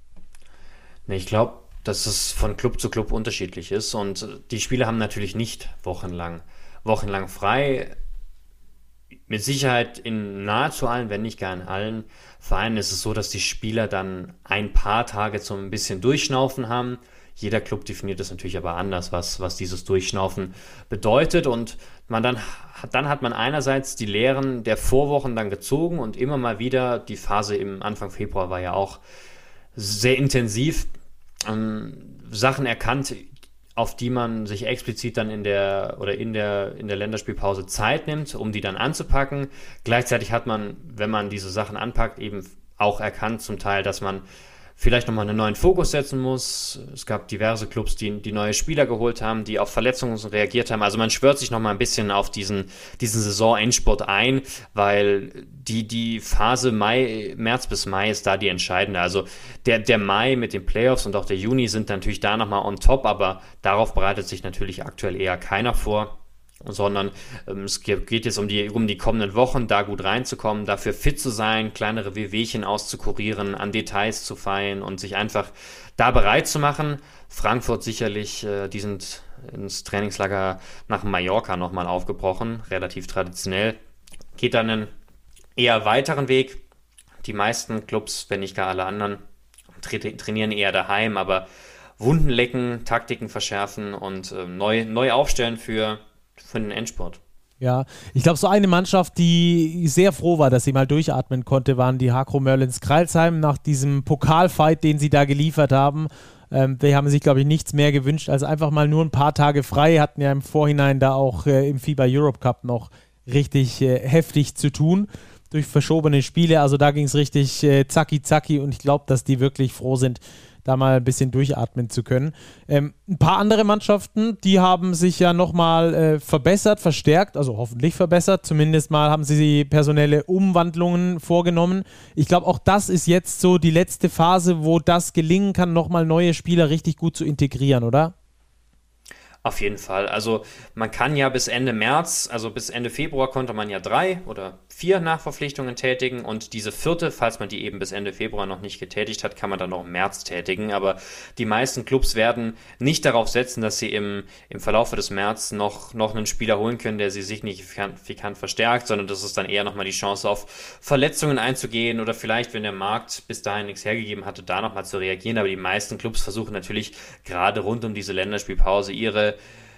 Nee, ich glaube, dass es von Club zu Club unterschiedlich ist und die Spieler haben natürlich nicht wochenlang, wochenlang frei. Mit Sicherheit in nahezu allen, wenn nicht gar in allen Vereinen ist es so, dass die Spieler dann ein paar Tage zum ein bisschen Durchschnaufen haben. Jeder Club definiert das natürlich aber anders, was, was dieses Durchschnaufen bedeutet. Und man dann, dann hat man einerseits die Lehren der Vorwochen dann gezogen und immer mal wieder, die Phase im Anfang Februar war ja auch sehr intensiv, ähm, Sachen erkannt, auf die man sich explizit dann in der oder in der in der Länderspielpause Zeit nimmt, um die dann anzupacken. Gleichzeitig hat man, wenn man diese Sachen anpackt, eben auch erkannt zum Teil, dass man vielleicht nochmal einen neuen Fokus setzen muss. Es gab diverse Clubs, die, die neue Spieler geholt haben, die auf Verletzungen reagiert haben. Also man schwört sich nochmal ein bisschen auf diesen, diesen Saison-Endspurt ein, weil die, die Phase Mai, März bis Mai ist da die entscheidende. Also der, der Mai mit den Playoffs und auch der Juni sind natürlich da nochmal on top, aber darauf bereitet sich natürlich aktuell eher keiner vor. Sondern ähm, es geht jetzt um die, um die kommenden Wochen, da gut reinzukommen, dafür fit zu sein, kleinere Wehwehchen auszukurieren, an Details zu feilen und sich einfach da bereit zu machen. Frankfurt sicherlich, äh, die sind ins Trainingslager nach Mallorca nochmal aufgebrochen, relativ traditionell. Geht dann einen eher weiteren Weg. Die meisten Clubs, wenn nicht gar alle anderen, tra- trainieren eher daheim, aber Wunden lecken, Taktiken verschärfen und äh, neu, neu aufstellen für für den Endspurt. Ja, ich glaube, so eine Mannschaft, die sehr froh war, dass sie mal durchatmen konnte, waren die Hakro Merlins Kreilsheim nach diesem Pokalfight, den sie da geliefert haben. Ähm, die haben sich, glaube ich, nichts mehr gewünscht, als einfach mal nur ein paar Tage frei, hatten ja im Vorhinein da auch äh, im FIBA Europe Cup noch richtig äh, heftig zu tun durch verschobene Spiele. Also da ging es richtig äh, zacki zacki und ich glaube, dass die wirklich froh sind, da mal ein bisschen durchatmen zu können. Ähm, ein paar andere Mannschaften, die haben sich ja nochmal äh, verbessert, verstärkt, also hoffentlich verbessert. Zumindest mal haben sie personelle Umwandlungen vorgenommen. Ich glaube, auch das ist jetzt so die letzte Phase, wo das gelingen kann, nochmal neue Spieler richtig gut zu integrieren, oder? Auf jeden Fall. Also man kann ja bis Ende März, also bis Ende Februar konnte man ja drei oder vier Nachverpflichtungen tätigen und diese vierte, falls man die eben bis Ende Februar noch nicht getätigt hat, kann man dann auch im März tätigen. Aber die meisten Clubs werden nicht darauf setzen, dass sie im, im Verlauf des März noch, noch einen Spieler holen können, der sie signifikant verstärkt, sondern das ist dann eher nochmal die Chance auf Verletzungen einzugehen oder vielleicht, wenn der Markt bis dahin nichts hergegeben hatte, da nochmal zu reagieren. Aber die meisten Clubs versuchen natürlich gerade rund um diese Länderspielpause ihre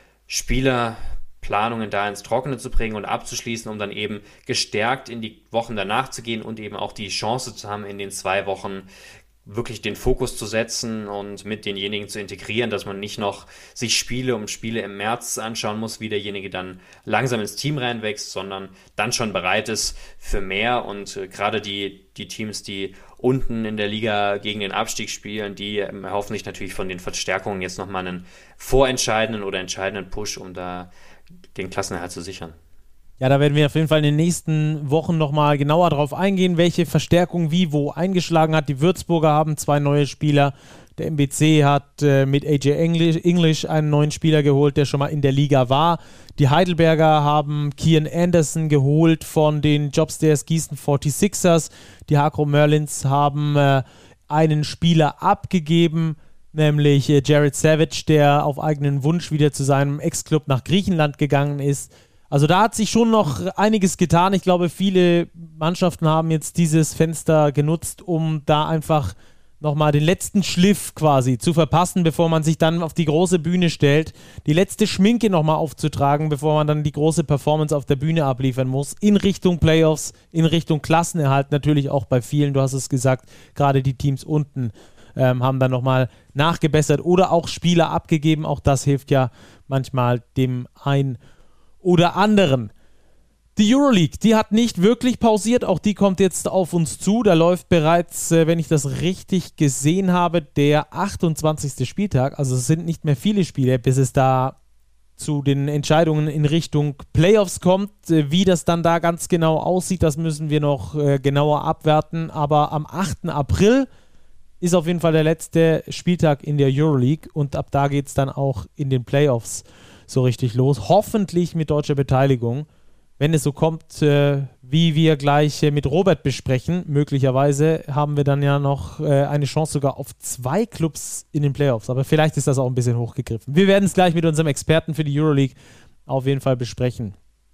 Spielerplanungen da ins Trockene zu bringen und abzuschließen, um dann eben gestärkt in die Wochen danach zu gehen und eben auch die Chance zu haben, in den zwei Wochen wirklich den Fokus zu setzen und mit denjenigen zu integrieren, dass man nicht noch sich Spiele um Spiele im März anschauen muss, wie derjenige dann langsam ins Team reinwächst, sondern dann schon bereit ist für mehr. Und äh, gerade die, die Teams, die unten in der Liga gegen den Abstieg spielen, die ähm, erhoffen sich natürlich von den Verstärkungen jetzt nochmal einen vorentscheidenden oder entscheidenden Push, um da den Klassenerhalt zu sichern. Ja, da werden wir auf jeden Fall in den nächsten Wochen nochmal genauer drauf eingehen, welche Verstärkung wie wo eingeschlagen hat. Die Würzburger haben zwei neue Spieler. Der M B C hat äh, mit A J English, English einen neuen Spieler geholt, der schon mal in der Liga war. Die Heidelberger haben Kian Anderson geholt von den Jobstairs Gießen forty-sixers. Die Hakro Merlins haben äh, einen Spieler abgegeben, nämlich äh, Jared Savage, der auf eigenen Wunsch wieder zu seinem Ex-Club nach Griechenland gegangen ist. Also da hat sich schon noch einiges getan. Ich glaube, viele Mannschaften haben jetzt dieses Fenster genutzt, um da einfach nochmal den letzten Schliff quasi zu verpassen, bevor man sich dann auf die große Bühne stellt, die letzte Schminke nochmal aufzutragen, bevor man dann die große Performance auf der Bühne abliefern muss, in Richtung Playoffs, in Richtung Klassenerhalt natürlich auch bei vielen, du hast es gesagt, gerade die Teams unten ähm, haben dann nochmal nachgebessert oder auch Spieler abgegeben, auch das hilft ja manchmal dem ein oder anderen. Die Euroleague, die hat nicht wirklich pausiert, auch die kommt jetzt auf uns zu. Da läuft bereits, äh, wenn ich das richtig gesehen habe, der achtundzwanzigste Spieltag. Also es sind nicht mehr viele Spiele, bis es da zu den Entscheidungen in Richtung Playoffs kommt. Äh, wie das dann da ganz genau aussieht, das müssen wir noch äh, genauer abwerten. Aber am achten April ist auf jeden Fall der letzte Spieltag in der Euroleague und ab da geht es dann auch in den Playoffs so richtig los. Hoffentlich mit deutscher Beteiligung. Wenn es so kommt, äh, wie wir gleich äh, mit Robert besprechen, möglicherweise haben wir dann ja noch äh, eine Chance sogar auf zwei Clubs in den Playoffs. Aber vielleicht ist das auch ein bisschen hochgegriffen. Wir werden es gleich mit unserem Experten für die Euroleague auf jeden Fall besprechen.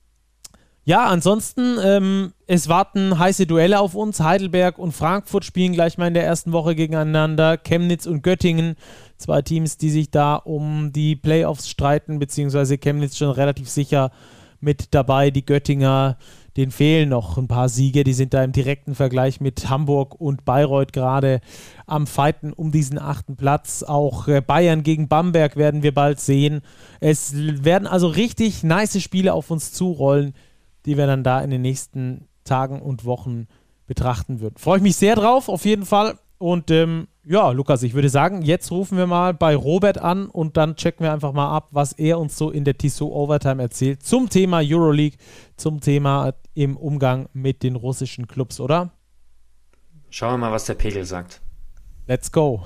Ja, ansonsten, ähm, es warten heiße Duelle auf uns. Heidelberg und Frankfurt spielen gleich mal in der ersten Woche gegeneinander. Chemnitz und Göttingen, zwei Teams, die sich da um die Playoffs streiten, beziehungsweise Chemnitz schon relativ sicher mit dabei. Die Göttinger, denen fehlen noch ein paar Siege. Die sind da im direkten Vergleich mit Hamburg und Bayreuth gerade am Fighten um diesen achten Platz. Auch äh, Bayern gegen Bamberg werden wir bald sehen. Es werden also richtig nice Spiele auf uns zurollen, die wir dann da in den nächsten Tagen und Wochen betrachten würden. Freue ich mich sehr drauf, auf jeden Fall. Und ähm, ja, Lukas, ich würde sagen, jetzt rufen wir mal bei Robert an und dann checken wir einfach mal ab, was er uns so in der Tissot Overtime erzählt zum Thema Euroleague, zum Thema im Umgang mit den russischen Clubs, oder? Schauen wir mal, was der Pegel sagt. Let's go.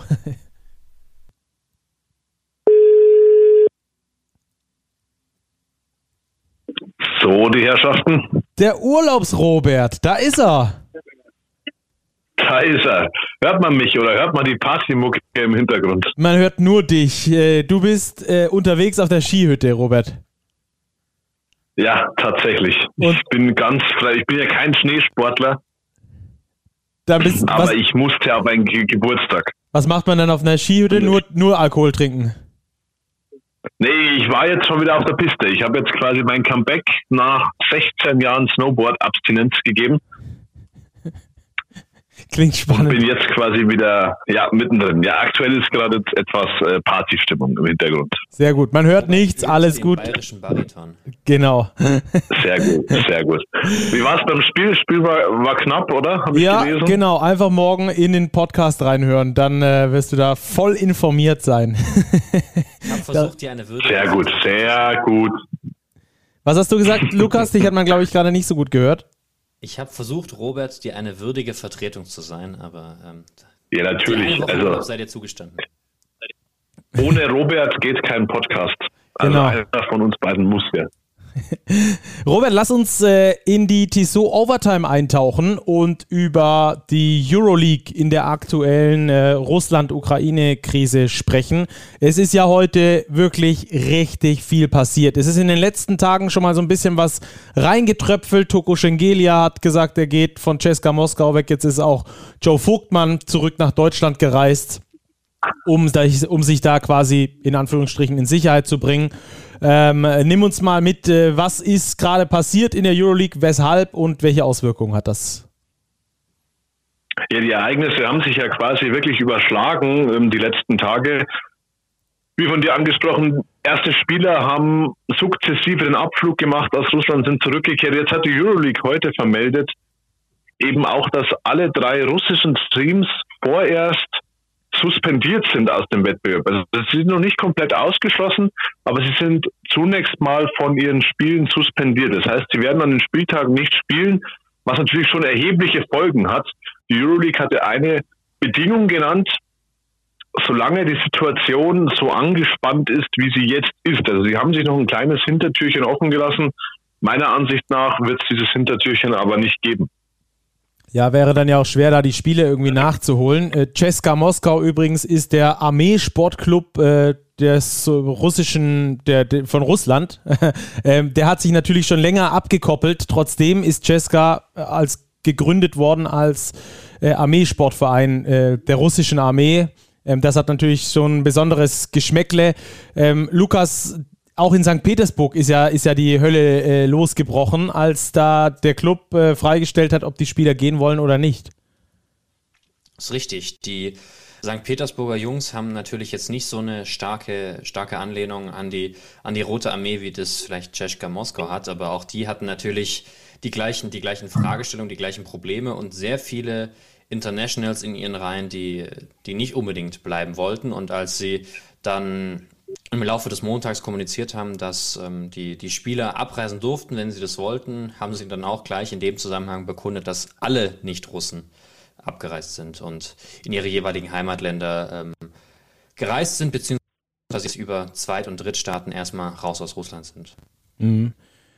So, die Herrschaften. Der Urlaubs-Robert, da ist er. Da ist er. Hört man mich oder hört man die Partymucke im Hintergrund? Man hört nur dich. Du bist äh, unterwegs auf der Skihütte, Robert. Ja, tatsächlich. Und ich bin ganz frei. Ich bin ja kein Schneesportler. Da bist, aber was, ich musste auf einen Ge- Geburtstag. Was macht man dann auf einer Skihütte? Nur, nur Alkohol trinken? Nee, ich war jetzt schon wieder auf der Piste. Ich habe jetzt quasi mein Comeback nach sechzehn Jahren Snowboard-Abstinenz gegeben. Klingt spannend. Und bin jetzt quasi wieder ja, mittendrin. Ja, aktuell ist gerade etwas äh, Partystimmung im Hintergrund. Sehr gut. Man hört nichts, alles gut. Bayerischen Bariton. Genau. Sehr gut, sehr gut. Wie war es beim Spiel? Das Spiel war, war knapp, oder? Hab ich ja, gelesen? Genau. Einfach morgen in den Podcast reinhören. Dann äh, wirst du da voll informiert sein. Ich habe versucht, dir eine Würde. Sehr gut, sehr gut. Was hast du gesagt, Lukas? Dich hat man, glaube ich, gerade nicht so gut gehört. Ich habe versucht, Robert, dir eine würdige Vertretung zu sein, aber ähm, ja, natürlich. Die eine Woche also, Urlaub sei dir zugestanden. Ohne Robert geht kein Podcast. Also genau. einer von uns beiden muss ja. Robert, lass uns äh, in die Tissot Overtime eintauchen und über die Euroleague in der aktuellen äh, Russland-Ukraine-Krise sprechen. Es ist ja heute wirklich richtig viel passiert. Es ist in den letzten Tagen schon mal so ein bisschen was reingetröpfelt. Toko Schengelia hat gesagt, er geht von CSKA Moskau weg. Jetzt ist auch Joe Vogtmann zurück nach Deutschland gereist, um, um sich da quasi in Anführungsstrichen in Sicherheit zu bringen. Ähm, nimm uns mal mit, äh, was ist gerade passiert in der Euroleague, weshalb und welche Auswirkungen hat das? Ja, die Ereignisse haben sich ja quasi wirklich überschlagen ähm, die letzten Tage. Wie von dir angesprochen, erste Spieler haben sukzessive den Abflug gemacht aus Russland, sind zurückgekehrt. Jetzt hat die Euroleague heute vermeldet, eben auch, dass alle drei russischen Teams vorerst suspendiert sind aus dem Wettbewerb. Also sie sind noch nicht komplett ausgeschlossen, aber sie sind zunächst mal von ihren Spielen suspendiert. Das heißt, sie werden an den Spieltagen nicht spielen, was natürlich schon erhebliche Folgen hat. Die Euroleague hatte eine Bedingung genannt, solange die Situation so angespannt ist, wie sie jetzt ist. Also sie haben sich noch ein kleines Hintertürchen offen gelassen. Meiner Ansicht nach wird es dieses Hintertürchen aber nicht geben. Ja, wäre dann ja auch schwer, da die Spiele irgendwie nachzuholen. Äh, CSKA Moskau übrigens ist der Armee-Sportclub äh, des äh, russischen, der, der von Russland. ähm, der hat sich natürlich schon länger abgekoppelt. Trotzdem ist CSKA äh, als gegründet worden als äh, Armeesportverein äh, der russischen Armee. Ähm, das hat natürlich schon ein besonderes Geschmäckle. Ähm, Lukas, auch in Sankt Petersburg ist ja, ist ja die Hölle äh, losgebrochen, als da der Club äh, freigestellt hat, ob die Spieler gehen wollen oder nicht. Das ist richtig. Die Sankt Petersburger Jungs haben natürlich jetzt nicht so eine starke, starke Anlehnung an die, an die Rote Armee, wie das vielleicht CSKA Moskau hat, aber auch die hatten natürlich die gleichen, die gleichen Fragestellungen, die gleichen Probleme und sehr viele Internationals in ihren Reihen, die, die nicht unbedingt bleiben wollten. Und als sie dann im Laufe des Montags kommuniziert haben, dass ähm, die, die Spieler abreisen durften, wenn sie das wollten, haben sie dann auch gleich in dem Zusammenhang bekundet, dass alle Nicht-Russen abgereist sind und in ihre jeweiligen Heimatländer ähm, gereist sind, beziehungsweise über Zweit- und Drittstaaten erstmal raus aus Russland sind. Mhm.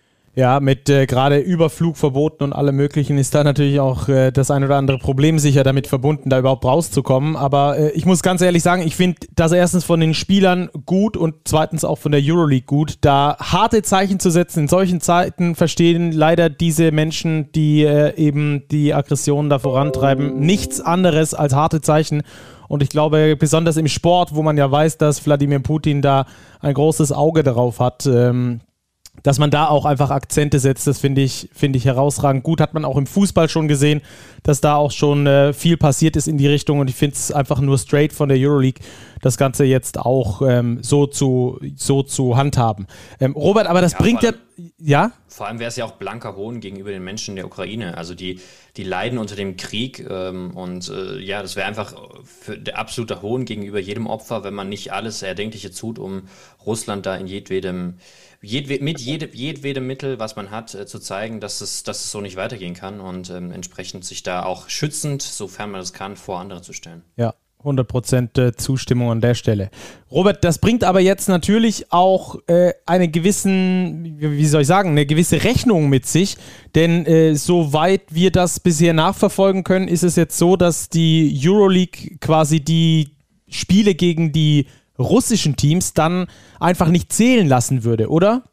Ja, mit äh, gerade Überflugverboten und allem Möglichen ist da natürlich auch äh, das ein oder andere Problem sicher damit verbunden, da überhaupt rauszukommen. Aber äh, ich muss ganz ehrlich sagen, ich finde das erstens von den Spielern gut und zweitens auch von der Euroleague gut, da harte Zeichen zu setzen. In solchen Zeiten verstehen leider diese Menschen, die äh, eben die Aggressionen da vorantreiben, nichts anderes als harte Zeichen. Und ich glaube, besonders im Sport, wo man ja weiß, dass Wladimir Putin da ein großes Auge darauf hat, ähm, dass man da auch einfach Akzente setzt, das finde ich, finde ich herausragend. Gut, hat man auch im Fußball schon gesehen, dass da auch schon äh, viel passiert ist in die Richtung und ich finde es einfach nur straight von der Euroleague, das Ganze jetzt auch ähm, so, zu, so zu handhaben. Ähm, Robert, aber das ja, bringt ja... Ja? Vor allem wäre es ja auch blanker Hohn gegenüber den Menschen der Ukraine. Also die, die leiden unter dem Krieg ähm, und äh, ja, das wäre einfach für der absolute Hohn gegenüber jedem Opfer, wenn man nicht alles Erdenkliche tut, um Russland da in jedwedem Jedwe, mit jede, jedwedem Mittel, was man hat, äh, zu zeigen, dass es, dass es so nicht weitergehen kann und ähm, entsprechend sich da auch schützend, sofern man das kann, vor andere zu stellen. Ja, hundert Prozent äh, Zustimmung an der Stelle. Robert, das bringt aber jetzt natürlich auch äh, eine gewissen, wie soll ich sagen, eine gewisse Rechnung mit sich, denn äh, soweit wir das bisher nachverfolgen können, ist es jetzt so, dass die Euroleague quasi die Spiele gegen die russischen Teams dann einfach nicht zählen lassen würde, oder?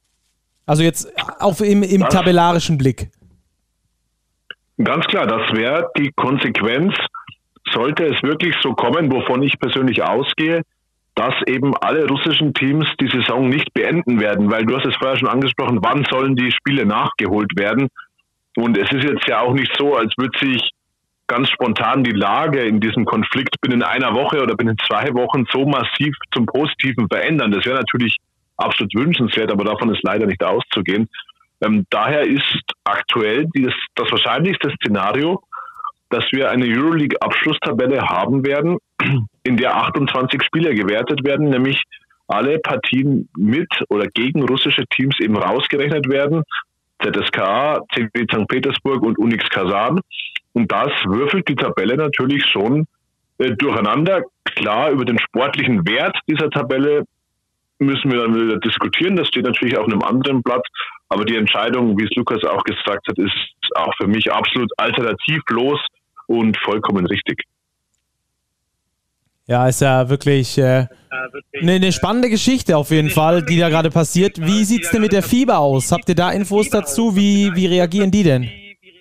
Also jetzt auch im, im tabellarischen Blick. Ganz klar, das wäre die Konsequenz, sollte es wirklich so kommen, wovon ich persönlich ausgehe, dass eben alle russischen Teams die Saison nicht beenden werden, weil du hast es vorher schon angesprochen, wann sollen die Spiele nachgeholt werden? Und es ist jetzt ja auch nicht so, als würde sich ganz spontan die Lage in diesem Konflikt binnen einer Woche oder binnen zwei Wochen so massiv zum Positiven verändern. Das wäre natürlich absolut wünschenswert, aber davon ist leider nicht auszugehen. Ähm, daher ist aktuell dieses, das wahrscheinlichste Szenario, dass wir eine Euroleague-Abschlusstabelle haben werden, in der achtundzwanzig Spieler gewertet werden, nämlich alle Partien mit oder gegen russische Teams eben rausgerechnet werden. Z S K A, C W Sankt Petersburg und Unix Kasan. Und das würfelt die Tabelle natürlich schon äh, durcheinander. Klar, über den sportlichen Wert dieser Tabelle müssen wir dann wieder diskutieren. Das steht natürlich auf einem anderen Blatt. Aber die Entscheidung, wie es Lukas auch gesagt hat, ist auch für mich absolut alternativlos und vollkommen richtig. Ja, ist ja wirklich äh, eine, eine spannende Geschichte auf jeden Fall, die da gerade passiert. Wie sieht es denn mit der FIBA aus? Habt ihr da Infos dazu? Wie, wie reagieren die denn?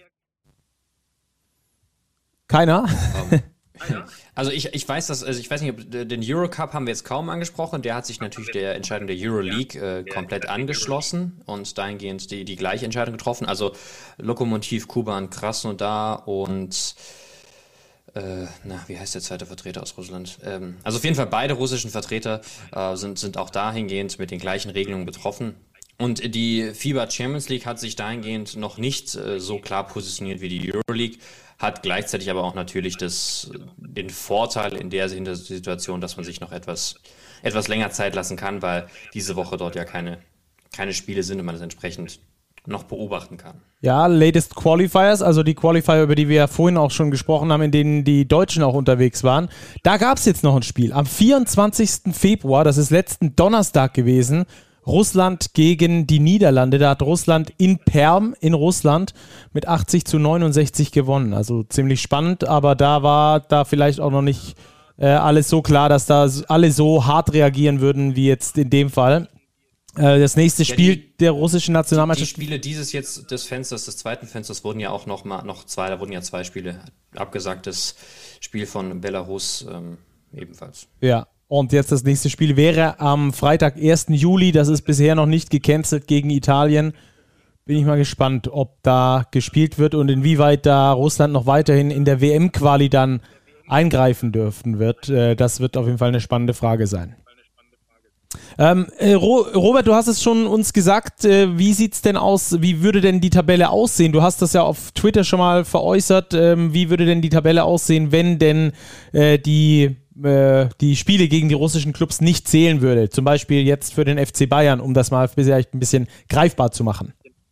Keiner? Um, also ich, ich weiß, dass, also ich weiß nicht, ob den Eurocup haben wir jetzt kaum angesprochen. Der hat sich natürlich der Entscheidung der Euroleague äh, komplett angeschlossen und dahingehend die, die gleiche Entscheidung getroffen. Also Lokomotiv Kuban, Krasnodar und Äh, na, wie heißt der zweite Vertreter aus Russland? Ähm, also auf jeden Fall beide russischen Vertreter äh, sind, sind auch dahingehend mit den gleichen Regelungen betroffen. Und die FIBA Champions League hat sich dahingehend noch nicht äh, so klar positioniert wie die Euroleague, hat gleichzeitig aber auch natürlich das, den Vorteil in der Situation, dass man sich noch etwas, etwas länger Zeit lassen kann, weil diese Woche dort ja keine, keine Spiele sind und man das entsprechend noch beobachten kann. Ja, latest Qualifiers, also die Qualifier, über die wir ja vorhin auch schon gesprochen haben, in denen die Deutschen auch unterwegs waren. Da gab es jetzt noch ein Spiel. Am vierundzwanzigsten Februar, das ist letzten Donnerstag gewesen, Russland gegen die Niederlande. Da hat Russland in Perm in Russland mit achtzig zu neunundsechzig gewonnen. Also ziemlich spannend, aber da war da vielleicht auch noch nicht äh, alles so klar, dass da alle so hart reagieren würden wie jetzt in dem Fall. Das nächste ja, Spiel die, der russischen Nationalmannschaft. Die, die Spiele dieses jetzt des Fensters, des zweiten Fensters, wurden ja auch noch mal noch zwei, da wurden ja zwei Spiele abgesagt. Das Spiel von Belarus ähm, ebenfalls. Ja, und jetzt das nächste Spiel wäre am Freitag, ersten Juli. Das ist bisher noch nicht gecancelt gegen Italien. Bin ich mal gespannt, ob da gespielt wird und inwieweit da Russland noch weiterhin in der W M-Quali dann eingreifen dürfen wird. Das wird auf jeden Fall eine spannende Frage sein. Ähm, äh, Ro- Robert, du hast es schon uns gesagt, äh, wie sieht es denn aus, wie würde denn die Tabelle aussehen? Du hast das ja auf Twitter schon mal veräußert, ähm, wie würde denn die Tabelle aussehen, wenn denn äh, die, äh, die Spiele gegen die russischen Clubs nicht zählen würde? Zum Beispiel jetzt für den F C Bayern, um das mal vielleicht ein bisschen greifbar zu machen.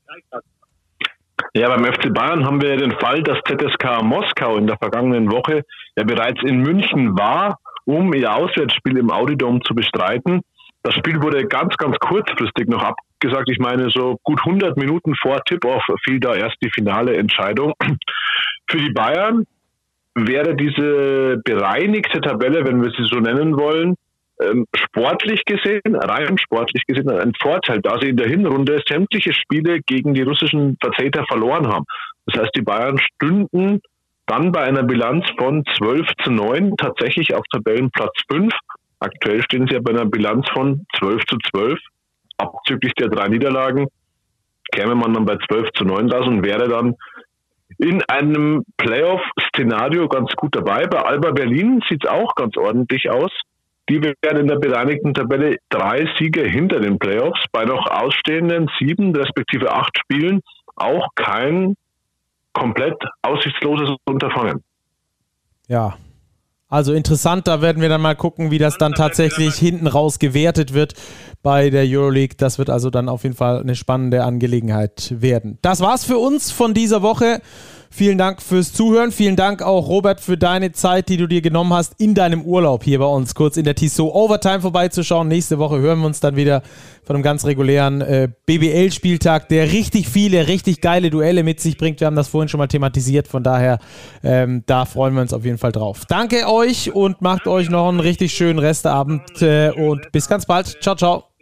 Ja, beim F C Bayern haben wir den Fall, dass Z S K Moskau in der vergangenen Woche ja bereits in München war, um ihr Auswärtsspiel im Audi Dome zu bestreiten. Das Spiel wurde ganz, ganz kurzfristig noch abgesagt. Ich meine, so gut hundert Minuten vor Tip-Off fiel da erst die finale Entscheidung. Für die Bayern wäre diese bereinigte Tabelle, wenn wir sie so nennen wollen, sportlich gesehen, rein sportlich gesehen, ein Vorteil, da sie in der Hinrunde sämtliche Spiele gegen die russischen Vertreter verloren haben. Das heißt, die Bayern stünden dann bei einer Bilanz von zwölf zu neun tatsächlich auf Tabellenplatz fünf. Aktuell stehen sie ja bei einer Bilanz von zwölf zu zwölf. Abzüglich der drei Niederlagen käme man dann bei zwölf zu neun raus und wäre dann in einem Playoff-Szenario ganz gut dabei. Bei Alba Berlin sieht es auch ganz ordentlich aus. Die werden in der bereinigten Tabelle drei Siege hinter den Playoffs. Bei noch ausstehenden sieben respektive acht Spielen auch kein komplett aussichtsloses Unterfangen. Ja, also interessant, da werden wir dann mal gucken, wie das dann tatsächlich hinten raus gewertet wird bei der Euroleague. Das wird also dann auf jeden Fall eine spannende Angelegenheit werden. Das war's für uns von dieser Woche. Vielen Dank fürs Zuhören. Vielen Dank auch, Robert, für deine Zeit, die du dir genommen hast, in deinem Urlaub hier bei uns kurz in der Tissot Overtime vorbeizuschauen. Nächste Woche hören wir uns dann wieder von einem ganz regulären äh, B B L-Spieltag, der richtig viele, richtig geile Duelle mit sich bringt. Wir haben das vorhin schon mal thematisiert, von daher, ähm, da freuen wir uns auf jeden Fall drauf. Danke euch und macht euch noch einen richtig schönen Restabend äh, und bis ganz bald. Ciao, ciao.